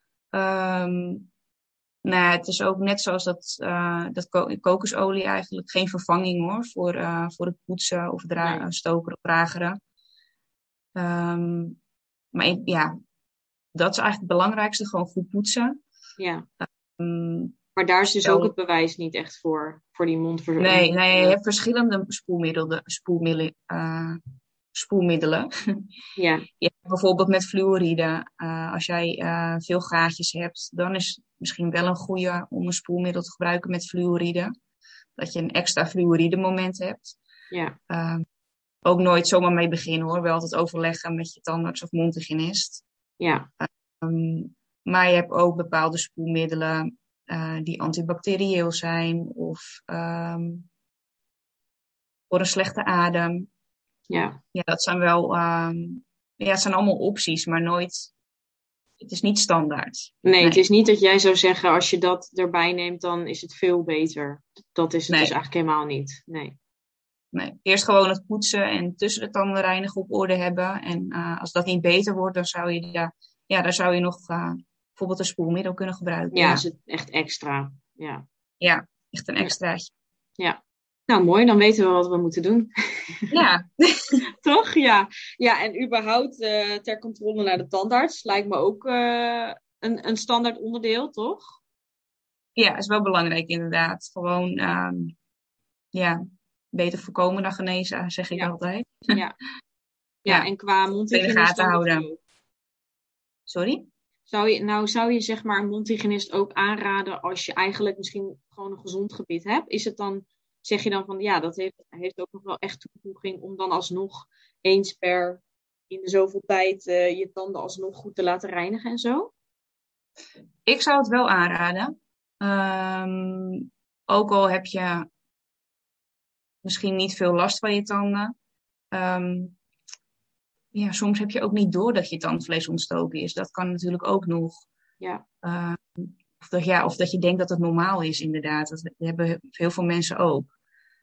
Um, nou, het is ook net zoals dat, uh, dat ko- kokosolie eigenlijk geen vervanging hoor voor, uh, voor het poetsen of dra- nee. stoken of drageren. Um, maar ik, ja, dat is eigenlijk het belangrijkste, gewoon goed poetsen. Ja. Um, maar daar is dus stel... ook het bewijs niet echt voor, voor die mondverzorging. Nee, nee, je hebt verschillende spoelmiddelen. spoelmiddelen uh, spoelmiddelen. Ja. Je hebt bijvoorbeeld met fluoride. Uh, als jij uh, veel gaatjes hebt, dan is het misschien wel een goede om een spoelmiddel te gebruiken met fluoride. Dat je een extra fluoride moment hebt. Ja. Uh, ook nooit zomaar mee beginnen hoor. Wel altijd overleggen met je tandarts of mondhygiënist. Ja. Um, maar je hebt ook bepaalde spoelmiddelen uh, die antibacterieel zijn of um, voor een slechte adem. Ja. Ja, dat zijn wel, um, ja, het zijn allemaal opties, maar nooit, het is niet standaard. Nee, nee, het is niet dat jij zou zeggen, als je dat erbij neemt, dan is het veel beter. Dat is het nee. dus eigenlijk helemaal niet. Nee. Nee, eerst gewoon het poetsen en tussen de tanden reinigen op orde hebben. En uh, als dat niet beter wordt, dan zou je, ja, ja, dan zou je nog uh, bijvoorbeeld een spoelmiddel kunnen gebruiken. Ja, ja. is het echt extra. Ja, ja echt een extraatje. Ja. Nou, mooi, dan weten we wat we moeten doen. Ja. Toch? Ja. Ja, en überhaupt uh, ter controle naar de tandarts lijkt me ook uh, een, een standaard onderdeel, toch? Ja, is wel belangrijk inderdaad. Gewoon, um, ja, beter voorkomen dan genezen, zeg ik ja. altijd. Ja. Ja, ja, en qua mondhygiënist houden. Sorry? Zou je, nou, zou je zeg maar een mondhygiënist ook aanraden als je eigenlijk misschien gewoon een gezond gebit hebt? Is het dan, zeg je dan van ja, dat heeft, heeft ook nog wel echt toevoeging om dan alsnog eens per in de zoveel tijd uh, je tanden alsnog goed te laten reinigen en zo? Ik zou het wel aanraden. Um, ook al heb je misschien niet veel last van je tanden. Um, ja, soms heb je ook niet door dat je tandvlees ontstoken is. Dat kan natuurlijk ook nog. Ja. Uh, of, dat, ja, of dat je denkt dat het normaal is, inderdaad. Dat hebben heel veel mensen ook.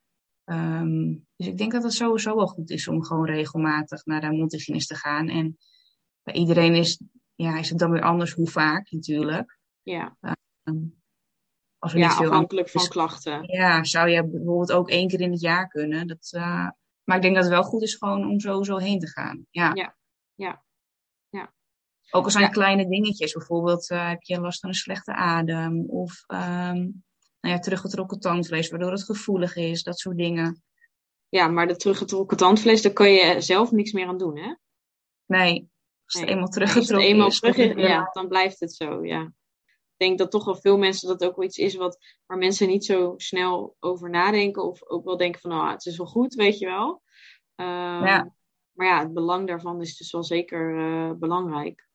Um, dus ik denk dat het sowieso wel goed is om gewoon regelmatig naar de mondhygiënist te gaan. En bij iedereen is, ja, is het dan weer anders hoe vaak natuurlijk. Ja, um, als er ja niet veel afhankelijk van is, klachten. Ja, zou je bijvoorbeeld ook één keer in het jaar kunnen. Dat, uh, maar ik denk dat het wel goed is gewoon om sowieso heen te gaan. Ja, ja, ja. ja. Ook al zijn ja. kleine dingetjes. Bijvoorbeeld uh, heb je last van een slechte adem. Of um, nou ja, teruggetrokken tandvlees, waardoor het gevoelig is. Dat soort dingen. Ja, maar de teruggetrokken tandvlees, daar kan je zelf niks meer aan doen, hè? Nee, als het nee. eenmaal teruggetrokken als het eenmaal is. Terug is ja, dan blijft het zo, ja. Ik denk dat toch wel veel mensen dat ook wel iets is wat, waar mensen niet zo snel over nadenken. Of ook wel denken van, nou, oh, het is wel goed, weet je wel. Um, ja. Maar ja, het belang daarvan is dus wel zeker uh, belangrijk.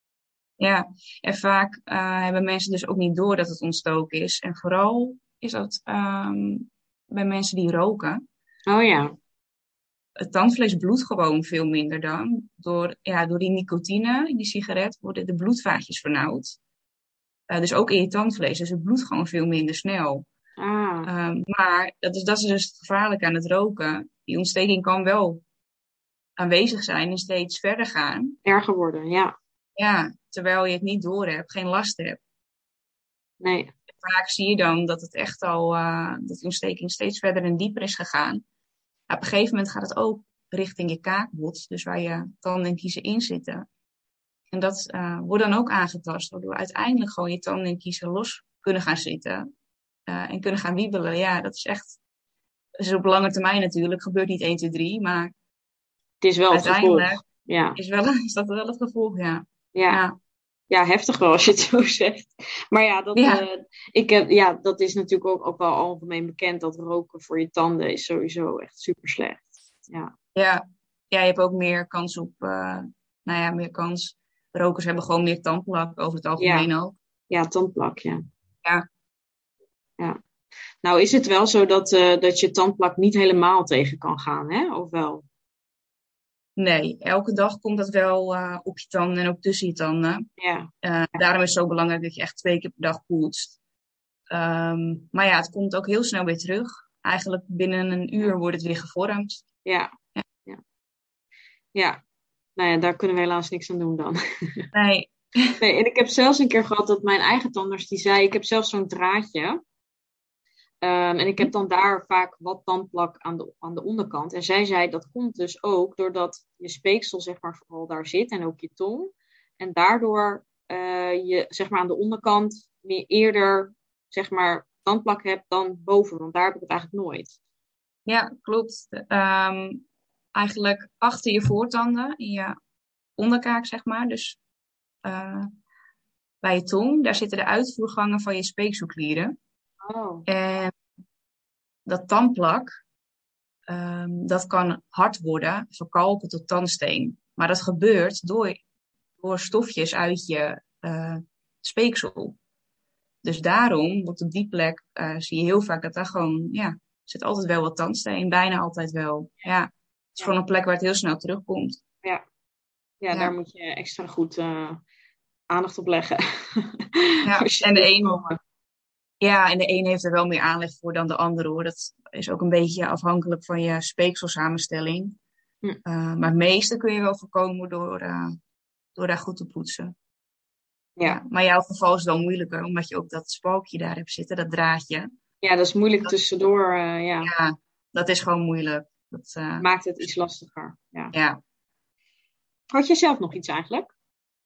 Ja, en vaak uh, hebben mensen dus ook niet door dat het ontstoken is. En vooral is dat um, bij mensen die roken. Oh ja. Het tandvlees bloedt gewoon veel minder dan. Door, ja, door die nicotine in die sigaret worden de bloedvaatjes vernauwd. Uh, dus ook in je tandvlees. Dus het bloedt gewoon veel minder snel. Ah. Um, maar dat is, dat is dus het gevaarlijke aan het roken. Die ontsteking kan wel aanwezig zijn en steeds verder gaan. Erger worden, ja. Ja, terwijl je het niet door hebt, geen last hebt. Nee. Vaak zie je dan dat het echt al, uh, dat die ontsteking steeds verder en dieper is gegaan. Op een gegeven moment gaat het ook richting je kaakbot, dus waar je tanden en kiezen in zitten. En dat uh, wordt dan ook aangetast, waardoor uiteindelijk gewoon je tanden en kiezen los kunnen gaan zitten. Uh, en kunnen gaan wiebelen. Ja, dat is echt, dat is op lange termijn natuurlijk, gebeurt niet één, twee, drie, maar het is wel uiteindelijk het gevolg. Ja. Is, wel, is dat wel het gevolg, ja. Ja. ja. Ja, heftig wel als je het zo zegt. Maar ja, dat, ja. Uh, ik heb, ja, dat is natuurlijk ook, ook wel algemeen bekend dat roken voor je tanden is sowieso echt super slecht. Ja, ja. ja je hebt ook meer kans op, uh, nou ja, meer kans. Rokers hebben gewoon meer tandplak over het algemeen ja. ook. Ja, tandplak, ja. Ja. ja. Nou is het wel zo dat, uh, dat je tandplak niet helemaal tegen kan gaan, hè? Of wel? Nee, elke dag komt dat wel uh, op je tanden en ook tussen je tanden. Ja. Uh, daarom is het zo belangrijk dat je echt twee keer per dag poetst. Um, maar ja, het komt ook heel snel weer terug. Eigenlijk binnen een uur wordt het weer gevormd. Ja. Ja. Ja. ja. Nou ja, daar kunnen we helaas niks aan doen dan. Nee. nee. En ik heb zelfs een keer gehad dat mijn eigen tandarts die zei, ik heb zelfs zo'n draadje. Um, en ik heb dan daar vaak wat tandplak aan de, aan de onderkant. En zij zei, dat komt dus ook doordat je speeksel zeg maar vooral daar zit en ook je tong. En daardoor uh, je zeg maar aan de onderkant meer eerder zeg maar tandplak hebt dan boven. Want daar heb ik het eigenlijk nooit. Ja, klopt. Um, eigenlijk achter je voortanden, in je onderkaak zeg maar. Dus uh, bij je tong, daar zitten de uitvoergangen van je speekselklieren. Oh. En dat tandplak, um, dat kan hard worden, verkalken tot tandsteen. Maar dat gebeurt door, door stofjes uit je uh, speeksel. Dus daarom, op die plek, uh, zie je heel vaak dat daar gewoon, ja, zit altijd wel wat tandsteen. Bijna altijd wel. Ja, het is ja. gewoon een plek waar het heel snel terugkomt. Ja, ja, ja. Daar moet je extra goed uh, aandacht op leggen. Ja, en de een... Ja, en de een heeft er wel meer aanleg voor dan de andere hoor. Dat is ook een beetje afhankelijk van je speekselsamenstelling. Hm. Uh, maar het meeste kun je wel voorkomen door, uh, door daar goed te poetsen. Ja. Ja, maar in jouw geval is het wel moeilijker, omdat je ook dat spalkje daar hebt zitten, dat draadje. Ja, dat is moeilijk dat, tussendoor. Uh, ja. ja, dat is gewoon moeilijk. Dat uh, maakt het iets lastiger. Ja. ja. Had je zelf nog iets eigenlijk?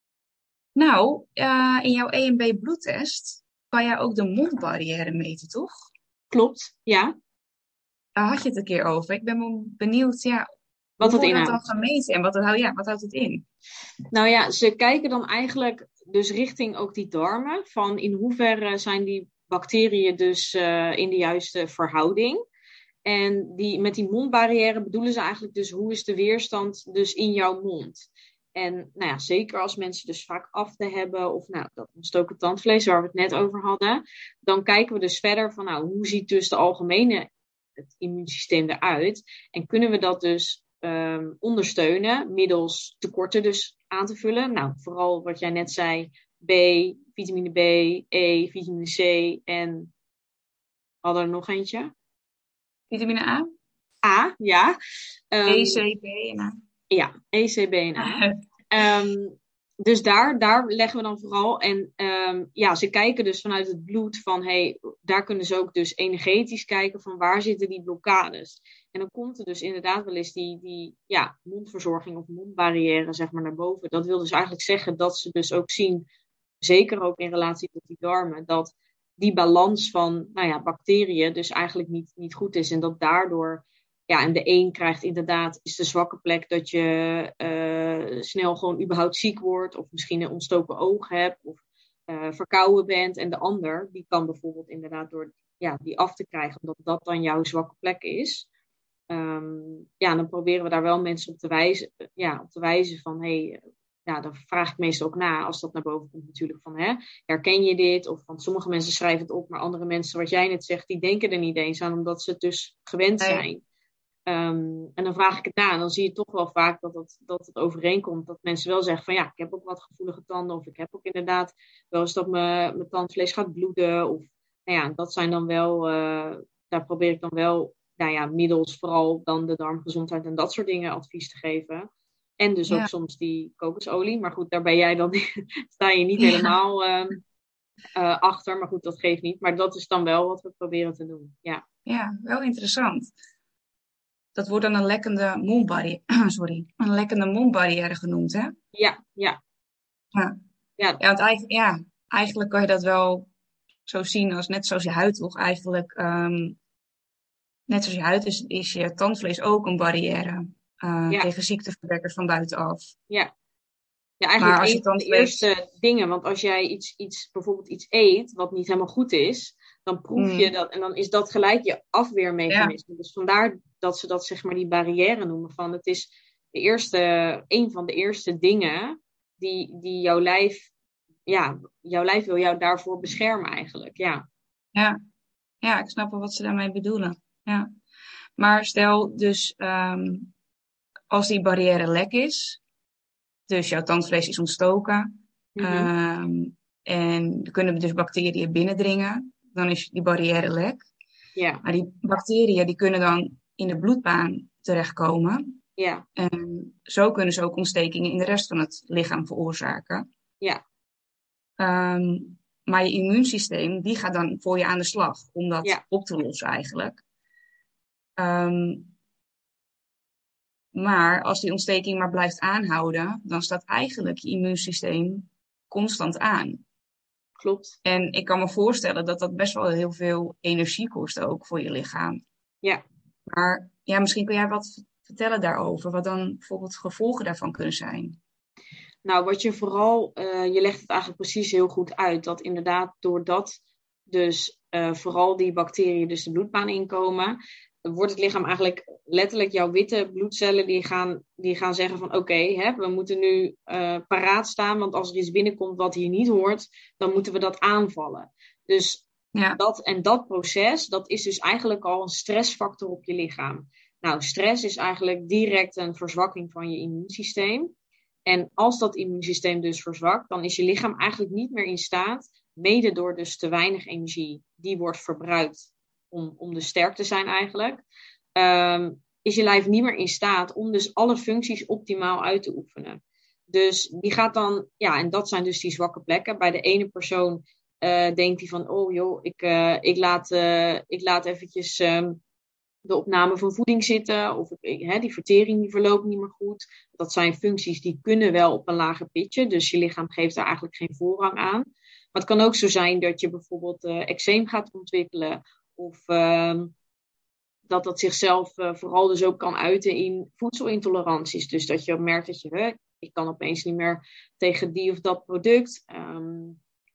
Nou, uh, in jouw E M B bloedtest kan jij ook de mondbarrière meten, toch? Klopt, ja. Daar had je het een keer over. Ik ben benieuwd, ja, wat het inhoudt. dan gaan meten en wat, het, ja, wat houdt het in? Nou ja, ze kijken dan eigenlijk dus richting ook die darmen. Van in hoeverre zijn die bacteriën dus uh, in de juiste verhouding. En die, met die mondbarrière bedoelen ze eigenlijk dus hoe is de weerstand dus in jouw mond. En nou ja, zeker als mensen dus vaak afte hebben of nou, dat ontstoken tandvlees waar we het net over hadden. Dan kijken we dus verder van nou, hoe ziet dus de algemene het immuunsysteem eruit. En kunnen we dat dus um, ondersteunen middels tekorten dus aan te vullen. Nou, vooral wat jij net zei, B, vitamine B, E, vitamine C en hadden er nog eentje? Vitamine A? A, ja. Um, E, C, B en A. Ja, E, C, B en A. um, dus daar, daar leggen we dan vooral. En um, ja, ze kijken dus vanuit het bloed van, hey, daar kunnen ze ook dus energetisch kijken van waar zitten die blokkades. En dan komt er dus inderdaad wel eens die, die ja, mondverzorging of mondbarrière zeg maar naar boven. Dat wil dus eigenlijk zeggen dat ze dus ook zien, zeker ook in relatie tot die darmen, dat die balans van nou ja, bacteriën dus eigenlijk niet, niet goed is. En dat daardoor, ja, en de een krijgt inderdaad, is de zwakke plek dat je uh, snel gewoon überhaupt ziek wordt. Of misschien een ontstoken oog hebt. Of uh, verkouden bent. En de ander, die kan bijvoorbeeld inderdaad door ja, die af te krijgen. Omdat dat dan jouw zwakke plek is. Um, ja, dan proberen we daar wel mensen op te wijzen. Ja, op te wijzen van, hé, hey, ja, dan vraag ik meestal ook na, als dat naar boven komt natuurlijk, van hè, herken je dit? Of van sommige mensen schrijven het op, maar andere mensen, wat jij net zegt, die denken er niet eens aan, omdat ze het dus gewend zijn. Nee. Um, en dan vraag ik het na en dan zie je toch wel vaak dat het, dat het overeenkomt. Dat mensen wel zeggen van ja, ik heb ook wat gevoelige tanden. Of ik heb ook inderdaad wel eens dat mijn, mijn tandvlees gaat bloeden. Of nou ja, dat zijn dan wel, uh, daar probeer ik dan wel, nou ja, middels vooral dan de darmgezondheid en dat soort dingen advies te geven. En dus ook ja. soms die kokosolie. Maar goed, daar ben jij dan, sta je niet ja. helemaal uh, uh, achter. Maar goed, dat geeft niet. Maar dat is dan wel wat we proberen te doen. Ja, ja, wel interessant. Dat wordt dan een lekkende mondbarrière, sorry, een lekkende mondbarrière genoemd, hè? Ja, ja. Ja, ja. ja want eigenlijk, ja, eigenlijk kan je dat wel zo zien als net zoals je huid, toch? Eigenlijk, um, net zoals je huid is, is je tandvlees ook een barrière uh, ja. tegen ziekteverwekkers van buitenaf. Ja. Ja, eigenlijk een van tandvlees... de eerste dingen. Want als jij iets, iets, bijvoorbeeld iets eet wat niet helemaal goed is, dan proef mm. je dat. En dan is dat gelijk je afweermechanisme. Ja. Dus vandaar dat ze dat zeg maar die barrière noemen. Van het is de eerste, een van de eerste dingen die, die jouw lijf, ja, jouw lijf wil jou daarvoor beschermen eigenlijk. Ja, ja. ja ik snap wel wat ze daarmee bedoelen. Ja. Maar stel dus, um, als die barrière lek is, dus jouw tandvlees is ontstoken. Mm-hmm. Um, en er kunnen dus bacteriën binnendringen. Dan is die barrière lek. Ja. Maar die bacteriën die kunnen dan in de bloedbaan terechtkomen. Ja. En zo kunnen ze ook ontstekingen in de rest van het lichaam veroorzaken. Ja. Um, maar je immuunsysteem die gaat dan voor je aan de slag om dat ja. op te lossen eigenlijk. Um, Maar als die ontsteking maar blijft aanhouden, dan staat eigenlijk je immuunsysteem constant aan. Klopt. En ik kan me voorstellen dat dat best wel heel veel energie kost ook voor je lichaam. Ja. Maar ja, misschien kun jij wat vertellen daarover, wat dan bijvoorbeeld gevolgen daarvan kunnen zijn. Nou, wat je vooral, uh, je legt het eigenlijk precies heel goed uit, dat inderdaad doordat dus uh, vooral die bacteriën dus de bloedbaan inkomen, wordt het lichaam eigenlijk letterlijk jouw witte bloedcellen die gaan, die gaan zeggen van oké, okay, we moeten nu uh, paraat staan, want als er iets binnenkomt wat hier niet hoort, dan moeten we dat aanvallen. Dus ja. dat en dat proces, dat is dus eigenlijk al een stressfactor op je lichaam. Nou, stress is eigenlijk direct een verzwakking van je immuunsysteem. En als dat immuunsysteem dus verzwakt, dan is je lichaam eigenlijk niet meer in staat, mede door dus te weinig energie die wordt verbruikt om, om dus sterk te zijn eigenlijk, um, is je lijf niet meer in staat om dus alle functies optimaal uit te oefenen. Dus die gaat dan, ja, en dat zijn dus die zwakke plekken. Bij de ene persoon uh, denkt hij van, oh joh, ik, uh, ik, laat, uh, ik laat eventjes um, de opname van voeding zitten, of ik, hè, die vertering die verloopt niet meer goed. Dat zijn functies die kunnen wel op een lager pitje, dus je lichaam geeft daar eigenlijk geen voorrang aan. Maar het kan ook zo zijn dat je bijvoorbeeld uh, eczeem gaat ontwikkelen, of uh, dat dat zichzelf uh, vooral dus ook kan uiten in voedselintoleranties. Dus dat je merkt dat je, hè, ik kan opeens niet meer tegen die of dat product. Um,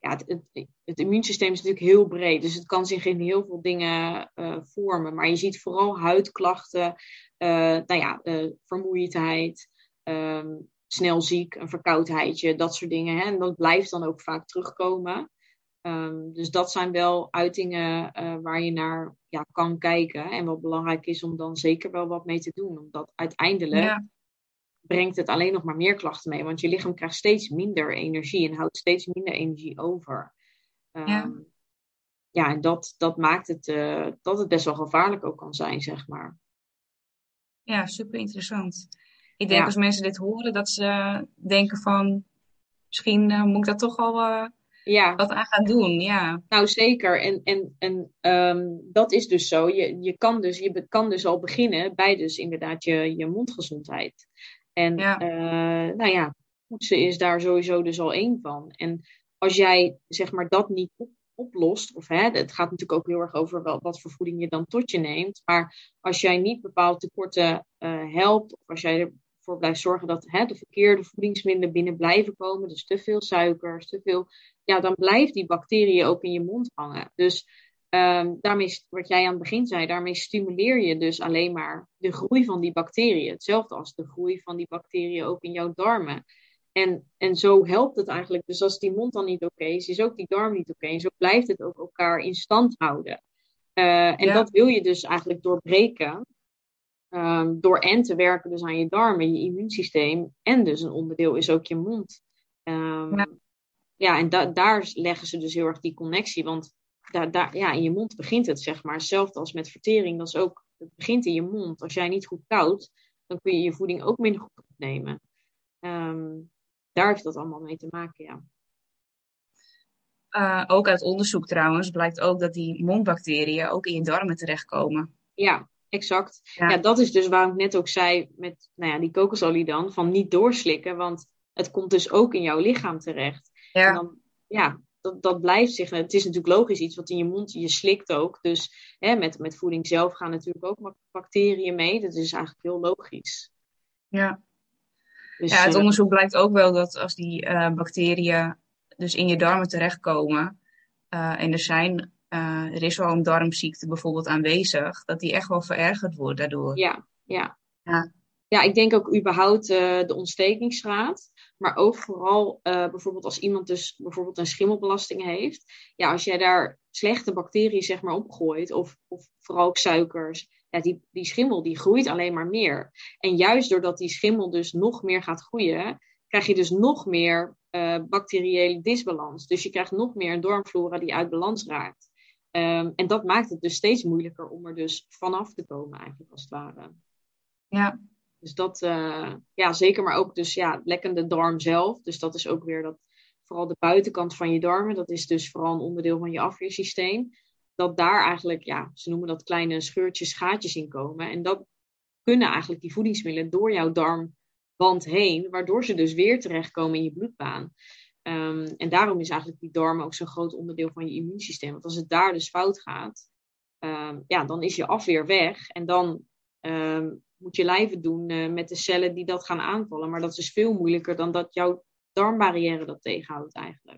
ja, het, het, het immuunsysteem is natuurlijk heel breed. Dus het kan zich in heel veel dingen uh, vormen. Maar je ziet vooral huidklachten, uh, nou ja, uh, vermoeidheid, um, snel ziek, een verkoudheidje, dat soort dingen. Hè? En dat blijft dan ook vaak terugkomen. Um, dus dat zijn wel uitingen uh, waar je naar ja, kan kijken. En wat belangrijk is om dan zeker wel wat mee te doen. Omdat uiteindelijk ja. brengt het alleen nog maar meer klachten mee. Want je lichaam krijgt steeds minder energie en houdt steeds minder energie over. Um, ja, ja en dat, dat maakt het uh, dat het best wel gevaarlijk ook kan zijn, zeg maar. Ja, super interessant. Ik denk ja. als mensen dit horen, dat ze denken van... Misschien uh, moet ik dat toch al... Uh... Ja. Wat aan gaan doen, ja. Nou, zeker. En, en, en um, dat is dus zo. Je, je, kan dus, je kan dus al beginnen bij dus inderdaad je, je mondgezondheid. En ja. Uh, nou ja, poetsen is daar sowieso dus al één van. En als jij zeg maar dat niet op, oplost, of hè, het gaat natuurlijk ook heel erg over wel, wat voor voeding je dan tot je neemt. Maar als jij niet bepaalde tekorten uh, helpt, of als jij er voor blijft zorgen dat hè, de verkeerde voedingsmiddelen binnen blijven komen. Dus te veel suikers, te veel... Ja, dan blijft die bacteriën ook in je mond hangen. Dus um, daarmee, wat jij aan het begin zei, daarmee stimuleer je dus alleen maar de groei van die bacteriën. Hetzelfde als de groei van die bacteriën ook in jouw darmen. En, en zo helpt het eigenlijk. Dus als die mond dan niet oké is, is ook die darm niet oké. En zo blijft het ook elkaar in stand houden. Uh, en ja. dat wil je dus eigenlijk doorbreken. Um, door en te werken dus aan je darmen, je immuunsysteem. En dus een onderdeel is ook je mond. Um, ja. ja, en da- daar leggen ze dus heel erg die connectie. Want da- da- ja, in je mond begint het, zeg maar. Hetzelfde als met vertering. Dat is ook, het begint in je mond. Als jij niet goed koudt, dan kun je je voeding ook minder goed opnemen. Um, daar heeft dat allemaal mee te maken, ja. Uh, ook uit onderzoek trouwens blijkt ook dat die mondbacteriën ook in je darmen terechtkomen. Ja. Exact. Ja. ja, dat is dus waarom ik net ook zei met nou ja, die kokosolie dan, van niet doorslikken, want het komt dus ook in jouw lichaam terecht. Ja, en dan, ja dat, dat blijft zich. Het is natuurlijk logisch iets wat in je mond, je slikt ook. Dus hè, met, met voeding zelf gaan natuurlijk ook bacteriën mee. Dat is eigenlijk heel logisch. Ja, dus, ja het onderzoek blijkt ook wel dat als die uh, bacteriën dus in je darmen terechtkomen uh, en er zijn... Uh, er is wel een darmziekte bijvoorbeeld aanwezig, dat die echt wel verergerd wordt daardoor. Ja, ja. Ja, ja ik denk ook überhaupt uh, de ontstekingsgraad, maar ook vooral uh, bijvoorbeeld als iemand dus bijvoorbeeld een schimmelbelasting heeft. Ja, als jij daar slechte bacteriën zeg maar opgooit, of, of vooral ook suikers, ja, die, die schimmel die groeit alleen maar meer. En juist doordat die schimmel dus nog meer gaat groeien, krijg je dus nog meer uh, bacteriële disbalans. Dus je krijgt nog meer een darmflora die uit balans raakt. Um, en dat maakt het dus steeds moeilijker om er dus vanaf te komen, eigenlijk als het ware. Ja. Dus dat, uh, ja zeker, maar ook dus ja, lekkende darm zelf. Dus dat is ook weer dat, vooral de buitenkant van je darmen, dat is dus vooral een onderdeel van je afweersysteem. Dat daar eigenlijk, ja, ze noemen dat kleine scheurtjes, gaatjes in komen. En dat kunnen eigenlijk die voedingsmiddelen door jouw darmwand heen, waardoor ze dus weer terechtkomen in je bloedbaan. Um, en daarom is eigenlijk die darm ook zo'n groot onderdeel van je immuunsysteem. Want als het daar dus fout gaat, um, ja, dan is je afweer weg. En dan um, moet je lijf het doen uh, met de cellen die dat gaan aanvallen. Maar dat is veel moeilijker dan dat jouw darmbarrière dat tegenhoudt eigenlijk.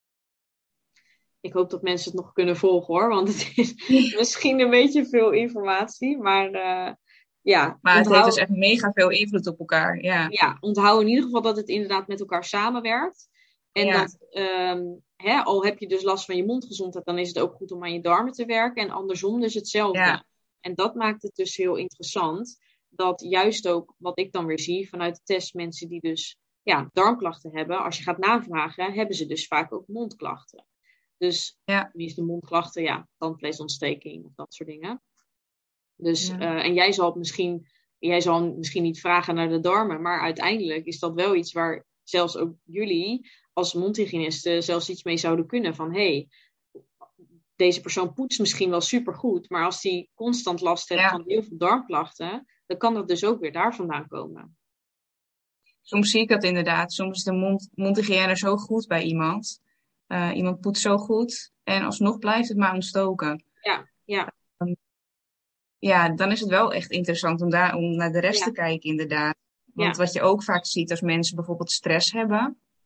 Ik hoop dat mensen het nog kunnen volgen hoor. Want het is misschien een beetje veel informatie. Maar uh, ja. Maar het onthoud... heeft dus echt mega veel invloed op elkaar. Ja. Ja, onthoud in ieder geval dat het inderdaad met elkaar samenwerkt. En ja. dat, um, hè, al heb je dus last van je mondgezondheid, dan is het ook goed om aan je darmen te werken. En andersom dus hetzelfde. Ja. En dat maakt het dus heel interessant. Dat juist ook, wat ik dan weer zie vanuit de test, mensen die dus ja, darmklachten hebben. Als je gaat navragen, hebben ze dus vaak ook mondklachten. Dus, ja. tenminste mondklachten, ja, tandvleesontsteking of dat soort dingen. Dus, ja. uh, en jij zal het misschien, jij zal misschien niet vragen naar de darmen. Maar uiteindelijk is dat wel iets waar zelfs ook jullie als mondhygiënisten zelfs iets mee zouden kunnen. Van, hé, hey, deze persoon poetst misschien wel supergoed. Maar als die constant last heeft ja. van heel veel darmklachten, dan kan dat dus ook weer daar vandaan komen. Soms zie ik dat inderdaad. Soms is de mond, mondhygiëne zo goed bij iemand. Uh, iemand poetst zo goed. En alsnog blijft het maar ontstoken. Ja, ja. Um, ja, dan is het wel echt interessant om, daar, om naar de rest ja. te kijken inderdaad. Want ja. wat je ook vaak ziet als mensen bijvoorbeeld stress hebben.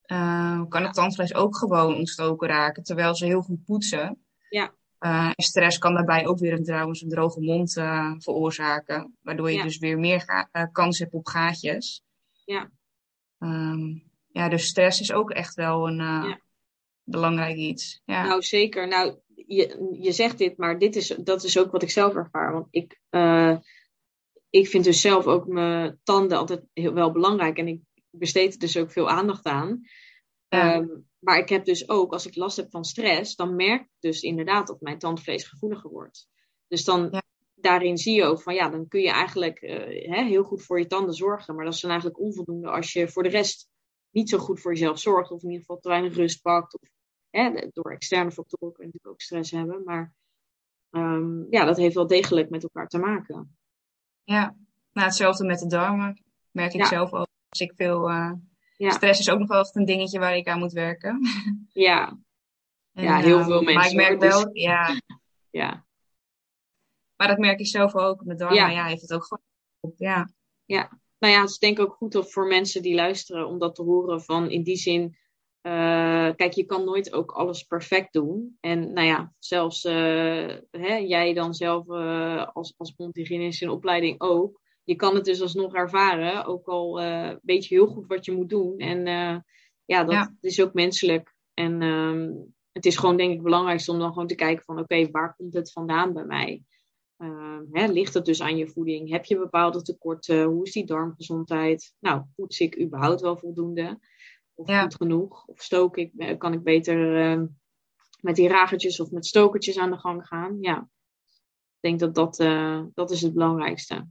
uh, kan het tandvlees ook gewoon ontstoken raken, terwijl ze heel goed poetsen. Ja. Uh, en stress kan daarbij ook weer een, trouwens een droge mond uh, veroorzaken, waardoor je Ja. dus weer meer ga- uh, kans hebt op gaatjes. Ja. Um, ja, dus stress is ook echt wel een uh, Ja. belangrijk iets. Ja. Nou, zeker. Nou, je, je zegt dit, maar dit is, dat is ook wat ik zelf ervaar. Want ik, uh, ik vind dus zelf ook mijn tanden altijd heel, wel belangrijk. En ik besteed er dus ook veel aandacht aan. Ja. Um, maar ik heb dus ook, als ik last heb van stress, dan merk ik dus inderdaad dat mijn tandvlees gevoeliger wordt. Dus dan, Ja. daarin zie je ook van, ja, dan kun je eigenlijk uh, hè, heel goed voor je tanden zorgen. Maar dat is dan eigenlijk onvoldoende als je voor de rest niet zo goed voor jezelf zorgt. Of in ieder geval te weinig rust pakt. Of hè, door externe factoren kun je natuurlijk ook stress hebben. Maar um, ja, dat heeft wel degelijk met elkaar te maken. Ja, nou hetzelfde met de darmen. Merk ik Ja. zelf ook. Als ik veel... Uh, Ja. Stress is ook nog wel echt een dingetje waar ik aan moet werken. Ja, En, ja heel uh, veel mensen. Maar ik merk hoor, wel... dus... Ja, ja. maar dat merk ik zelf ook. Met darmen Ja. ja, heeft het ook gewoon op. Ja. Ja, nou ja, het is denk ik ook goed voor mensen die luisteren om dat te horen van in die zin, uh, kijk, je kan nooit ook alles perfect doen. En nou ja, zelfs uh, hè, jij dan zelf uh, als, als mondhygiënist in opleiding ook. Je kan het dus alsnog ervaren, ook al uh, weet je heel goed wat je moet doen. En uh, ja, dat Ja. is ook menselijk. En um, het is gewoon denk ik het belangrijkste om dan gewoon te kijken van oké, okay, waar komt het vandaan bij mij? Uh, hè, ligt het dus aan je voeding? Heb je bepaalde tekorten? Hoe is die darmgezondheid? Nou, poets ik überhaupt wel voldoende? Of Ja. goed genoeg? Of stook ik? Kan ik beter uh, met die ragertjes of met stokertjes aan de gang gaan? Ja, ik denk dat dat, uh, dat is het belangrijkste.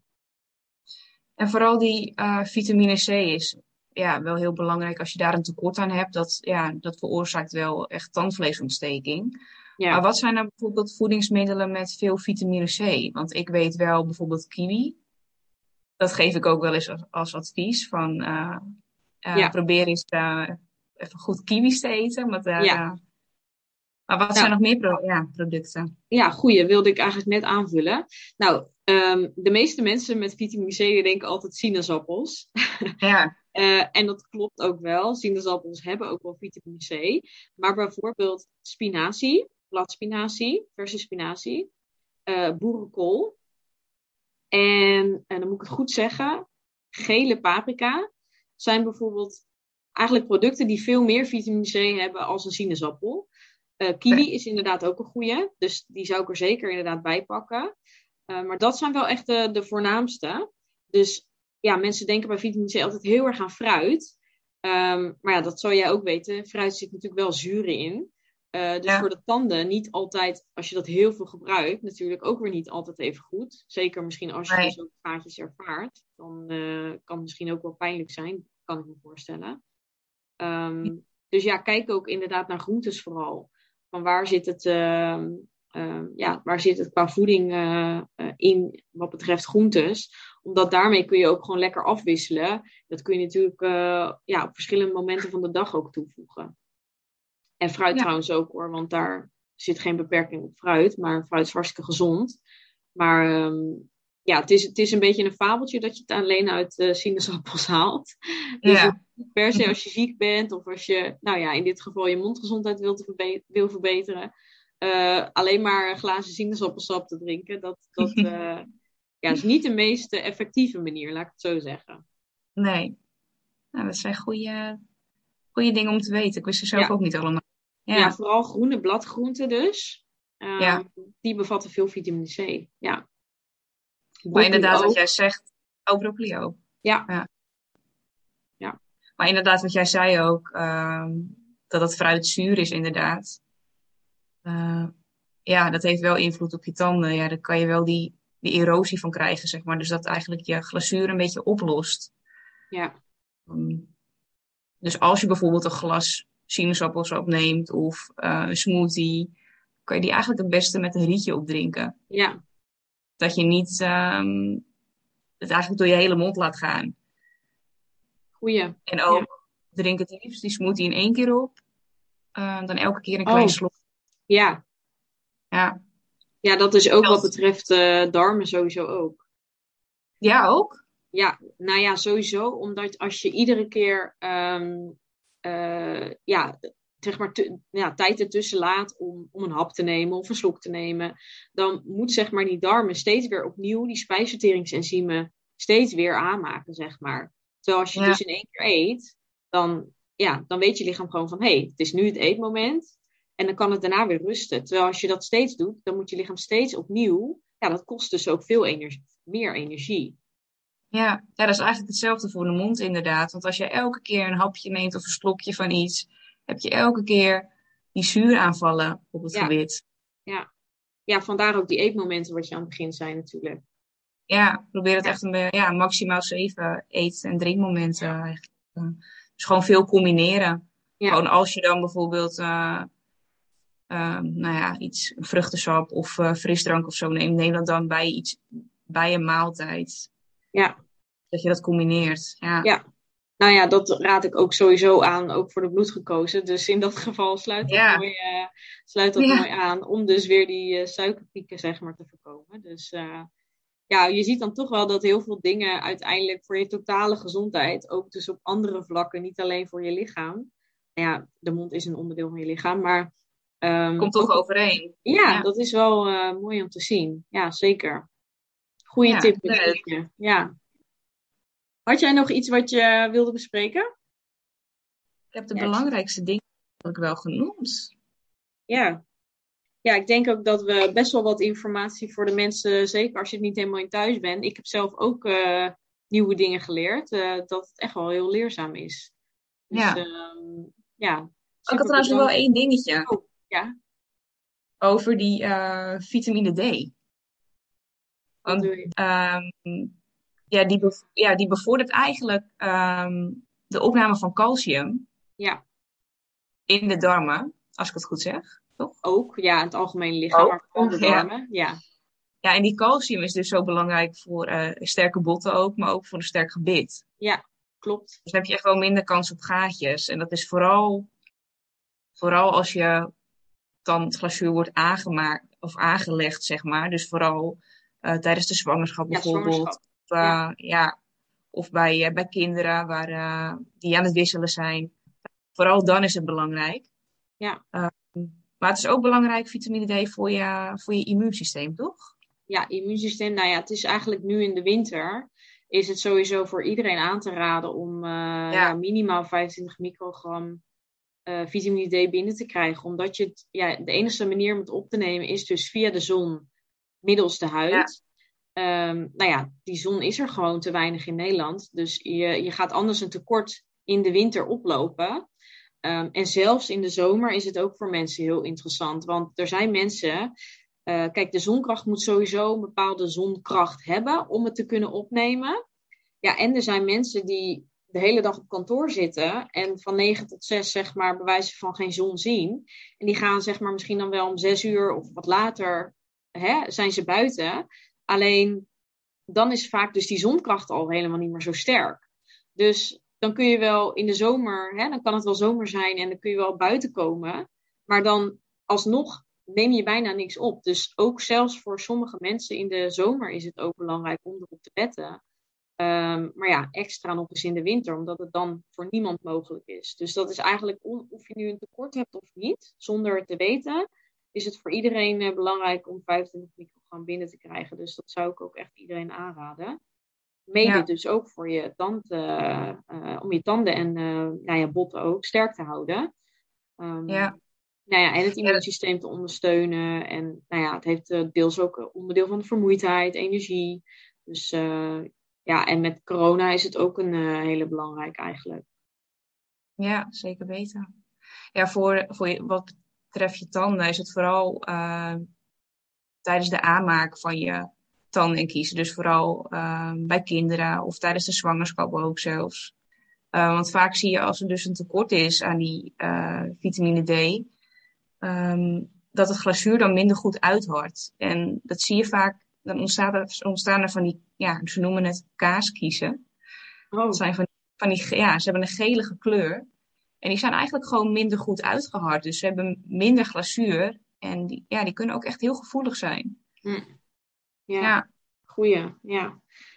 En vooral die uh, vitamine C is ja, wel heel belangrijk als je daar een tekort aan hebt. Dat, ja, dat veroorzaakt wel echt tandvleesontsteking. Ja. Maar wat zijn nou bijvoorbeeld voedingsmiddelen met veel vitamine C? Want ik weet wel bijvoorbeeld kiwi. Dat geef ik ook wel eens als, als advies. Van, uh, uh, ja. Probeer eens uh, even goed kiwis te eten. Want daar, ja. uh, maar wat nou, zijn nog meer pro- ja, producten? Ja, goeie. Wilde ik eigenlijk net aanvullen. Nou, um, de meeste mensen met vitamine C die denken altijd sinaasappels. Ja. Uh, en dat klopt ook wel. Sinaasappels hebben ook wel vitamine C. Maar bijvoorbeeld spinazie, bladspinazie, verse spinazie, uh, boerenkool. En, en dan moet ik het goed zeggen, gele paprika zijn bijvoorbeeld eigenlijk producten die veel meer vitamine C hebben als een sinaasappel. Uh, kiwi Nee. is inderdaad ook een goeie, dus die zou ik er zeker inderdaad bij pakken. Uh, maar dat zijn wel echt de, de voornaamste. Dus ja, mensen denken bij vitamine C altijd heel erg aan fruit. Um, maar ja, dat zou jij ook weten. Fruit zit natuurlijk wel zuren in. Uh, dus Ja. voor de tanden niet altijd, als je dat heel veel gebruikt, natuurlijk ook weer niet altijd even goed. Zeker misschien als je Nee. dus ook gaatjes ervaart. Dan uh, kan het misschien ook wel pijnlijk zijn, kan ik me voorstellen. Um, dus ja, kijk ook inderdaad naar groentes vooral. Van waar zit het, uh, uh, ja, waar zit het qua voeding uh, uh, in wat betreft groentes? Omdat daarmee kun je ook gewoon lekker afwisselen. Dat kun je natuurlijk uh, ja, op verschillende momenten van de dag ook toevoegen. En fruit Ja. trouwens ook hoor, want daar zit geen beperking op fruit. Maar fruit is hartstikke gezond. Maar um, ja, het is, het is een beetje een fabeltje dat je het alleen uit uh, sinaasappels haalt. Dus Ja. per se als je ziek bent of als je, nou ja, in dit geval je mondgezondheid wilt verbe- wil verbeteren. Uh, alleen maar een glazen sinaasappelsap te drinken, dat, dat uh, ja, is niet de meest effectieve manier, laat ik het zo zeggen. Nee. Nou, dat zijn goede, goede dingen om te weten. Ik wist er zelf Ja. ook niet allemaal. Ja. Ja, vooral groene bladgroenten dus. Uh, Ja. Die bevatten veel vitamine C. Ja. Maar Broccoli inderdaad, ook. wat jij zegt. Oh, broccoli ook. Ja. Ja. Ja. Maar inderdaad, wat jij zei ook. Um, dat het fruit zuur is, inderdaad. Uh, ja, dat heeft wel invloed op je tanden. Ja, daar kan je wel die, die erosie van krijgen, zeg maar. Dus dat eigenlijk je glazuur een beetje oplost. Ja. Um, dus als je bijvoorbeeld een glas sinaasappelsap neemt of uh, een smoothie, kan je die eigenlijk het beste met een rietje opdrinken. Ja. Dat je niet um, het eigenlijk door je hele mond laat gaan. Goeie. En ook Ja. drink het liefst die smoothie in één keer op. Uh, dan elke keer een klein Oh. slok. Ja. Ja. Ja, dat is ook Dat- wat betreft uh, darmen sowieso ook. Ja, ook? Ja, nou ja, sowieso. Omdat als je iedere keer um, uh, ja, zeg maar te, ja, tijd ertussen laat om, om een hap te nemen of een slok te nemen, dan moet zeg maar die darmen steeds weer opnieuw die spijsverteringsenzymen steeds weer aanmaken, zeg maar. Terwijl als je ja. dus in één keer eet, dan, ja, dan weet je lichaam gewoon van, hé, hey, het is nu het eetmoment. En dan kan het daarna weer rusten. Terwijl als je dat steeds doet, dan moet je lichaam steeds opnieuw, ja, dat kost dus ook veel energie, meer energie. Ja, ja, dat is eigenlijk hetzelfde voor de mond inderdaad. Want als je elke keer een hapje neemt of een slokje van iets, heb je elke keer die zuuraanvallen op het ja. gebit. Ja. ja, vandaar ook die eetmomenten wat je aan het begin zei natuurlijk. Ja, probeer het ja. echt een, ja, maximaal zeven eet- en drinkmomenten ja. eigenlijk. Dus gewoon veel combineren. Ja. Gewoon als je dan bijvoorbeeld uh, uh, nou ja, iets, vruchtensap of uh, frisdrank of zo neemt, neem dat dan bij iets, bij een maaltijd. Ja. Dat je dat combineert. Ja. ja. Nou ja, dat raad ik ook sowieso aan, ook voor de bloedgekozen. Dus in dat geval sluit dat, ja. mooi, uh, sluit dat ja. mooi aan, om dus weer die uh, suikerpieken, zeg maar, te voorkomen. Dus uh, ja, je ziet dan toch wel dat heel veel dingen uiteindelijk voor je totale gezondheid, ook dus op andere vlakken, niet alleen voor je lichaam. Ja, de mond is een onderdeel van je lichaam, maar... Um, Komt toch ook, overeen. Ja, ja, dat is wel uh, mooi om te zien. Ja, zeker. Goeie ja, tip. Nee. Ja. Had jij nog iets wat je wilde bespreken? Ik heb de ja, belangrijkste dingen wel genoemd. Ja. Ja, ik denk ook dat we best wel wat informatie voor de mensen, zeker als je het niet helemaal in thuis bent. Ik heb zelf ook uh, nieuwe dingen geleerd, uh, dat het echt wel heel leerzaam is. Dus, ja. Um, ja. Ik had trouwens nog wel één dingetje. Oh, ja. Over die uh, vitamine D. Want, um, ja, die bev- ja, die bevordert eigenlijk um, de opname van calcium ja. in de darmen, als ik het goed zeg. Toch? Ook, ja, in het algemene lichaam, maar vooral de darmen, ja. ja. Ja, en die calcium is dus zo belangrijk voor uh, sterke botten ook, maar ook voor een sterk gebit. Ja, klopt. Dus dan heb je echt wel minder kans op gaatjes. En dat is vooral, vooral als je dan het glazuur wordt aangemaakt of aangelegd, zeg maar. Dus vooral uh, tijdens de zwangerschap bijvoorbeeld. Ja, zwangerschap. Of, uh, ja. ja, of bij, uh, bij kinderen waar, uh, die aan het wisselen zijn. Vooral dan is het belangrijk. Ja. Uh, maar het is ook belangrijk, vitamine D, voor je, voor je immuunsysteem, toch? Ja, immuunsysteem. Nou ja, het is eigenlijk nu in de winter, is het sowieso voor iedereen aan te raden om uh, ja. Ja, minimaal vijfentwintig microgram uh, vitamine D binnen te krijgen. Omdat je het, ja, de enige manier om het op te nemen is dus via de zon, middels de huid. Ja. Um, nou ja, die zon is er gewoon te weinig in Nederland. Dus je, je gaat anders een tekort in de winter oplopen. Um, en zelfs in de zomer is het ook voor mensen heel interessant. Want er zijn mensen... Uh, kijk, de zonkracht moet sowieso een bepaalde zonkracht hebben om het te kunnen opnemen. Ja, en er zijn mensen die de hele dag op kantoor zitten en van negen tot zes, zeg maar, bij wijze van geen zon zien. En die gaan, zeg maar, misschien dan wel om zes uur of wat later, hè, zijn ze buiten. Alleen, dan is vaak dus die zonkracht al helemaal niet meer zo sterk. Dus dan kun je wel in de zomer, hè, dan kan het wel zomer zijn en dan kun je wel buiten komen. Maar dan alsnog neem je bijna niks op. Dus ook zelfs voor sommige mensen in de zomer is het ook belangrijk om erop te letten. Um, maar ja, extra nog eens in de winter, omdat het dan voor niemand mogelijk is. Dus dat is eigenlijk, on, of je nu een tekort hebt of niet, zonder het te weten, is het voor iedereen uh, belangrijk om vijfentwintig microgram binnen te krijgen. Dus dat zou ik ook echt iedereen aanraden. Mede ja. dus ook voor je tanden, uh, om je tanden en uh, nou ja, botten ook sterk te houden. Um, ja. Nou ja, en het immuunsysteem te ondersteunen. En nou ja, het heeft uh, deels ook onderdeel van de vermoeidheid, energie. Dus uh, ja, en met corona is het ook een uh, hele belangrijke eigenlijk. Ja, zeker weten. Ja, voor, voor je, wat betreft je tanden is het vooral uh, tijdens de aanmaak van je tanden en kiezen. Dus vooral uh, bij kinderen of tijdens de zwangerschap ook zelfs. Uh, want vaak zie je als er dus een tekort is aan die uh, vitamine D... Um, dat het glazuur dan minder goed uithardt. En dat zie je vaak, dan ontstaat er, ontstaan er van die, ja, ze noemen het kaaskiezen. Oh. Dat zijn van, van die, ja, ze hebben een gelige kleur. En die zijn eigenlijk gewoon minder goed uitgehard. Dus ze hebben minder glazuur. En die, ja, die kunnen ook echt heel gevoelig zijn. Hm. Ja, ja. Goeie, ja.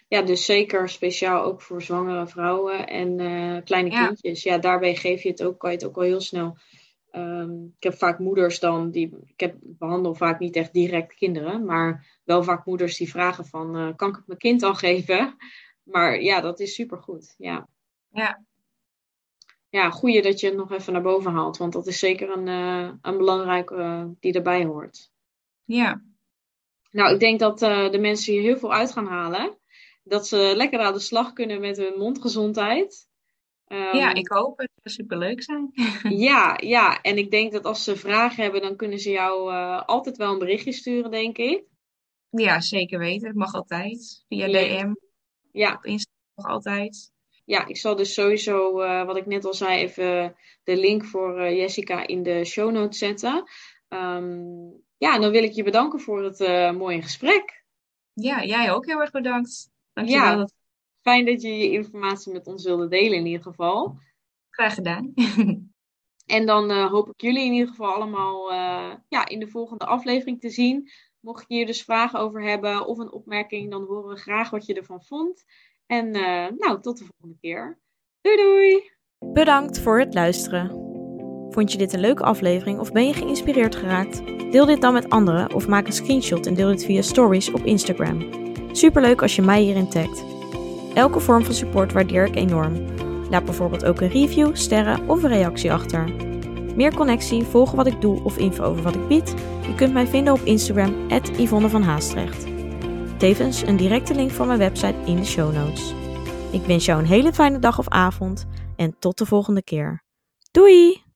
ja, dus zeker speciaal ook voor zwangere vrouwen en uh, kleine Ja. kindjes. Ja, daarbij geef je het ook, kan je het ook wel heel snel. Um, ik heb vaak moeders dan, die, ik, heb, ik behandel vaak niet echt direct kinderen, maar wel vaak moeders die vragen van, uh, kan ik het mijn kind al geven? Maar ja, dat is supergoed, ja. Ja. Ja, goeie dat je het nog even naar boven haalt, want dat is zeker een, uh, een belangrijke uh, die erbij hoort. Ja. Nou, ik denk dat uh, de mensen hier heel veel uit gaan halen. Dat ze lekker aan de slag kunnen met hun mondgezondheid. Um, ja, ik hoop het. Het zou superleuk zijn. ja, ja, en ik denk dat als ze vragen hebben, dan kunnen ze jou uh, altijd wel een berichtje sturen, denk ik. Ja, zeker weten. Het mag altijd. Via ja. D M. Ja. Op Instagram mag altijd. Ja, ik zal dus sowieso, uh, wat ik net al zei, even de link voor uh, Jessica in de show notes zetten. Um, ja, en dan wil ik je bedanken voor het uh, mooie gesprek. Ja, jij ook heel erg bedankt. Dankjewel. Ja, fijn dat je je informatie met ons wilde delen in ieder geval. Graag gedaan. En dan uh, hoop ik jullie in ieder geval allemaal uh, ja, in de volgende aflevering te zien. Mocht je hier dus vragen over hebben of een opmerking, dan horen we graag wat je ervan vond. En uh, nou, tot de volgende keer. Doei doei! Bedankt voor het luisteren. Vond je dit een leuke aflevering of ben je geïnspireerd geraakt? Deel dit dan met anderen of maak een screenshot en deel dit via stories op Instagram. Superleuk als je mij hierin tagt. Elke vorm van support waardeer ik enorm. Laat bijvoorbeeld ook een review, sterren of een reactie achter. Meer connectie, volgen wat ik doe of info over wat ik bied? Je kunt mij vinden op Instagram at Yvonne van Haastrecht. Tevens een directe link van mijn website in de show notes. Ik wens jou een hele fijne dag of avond en tot de volgende keer. Doei!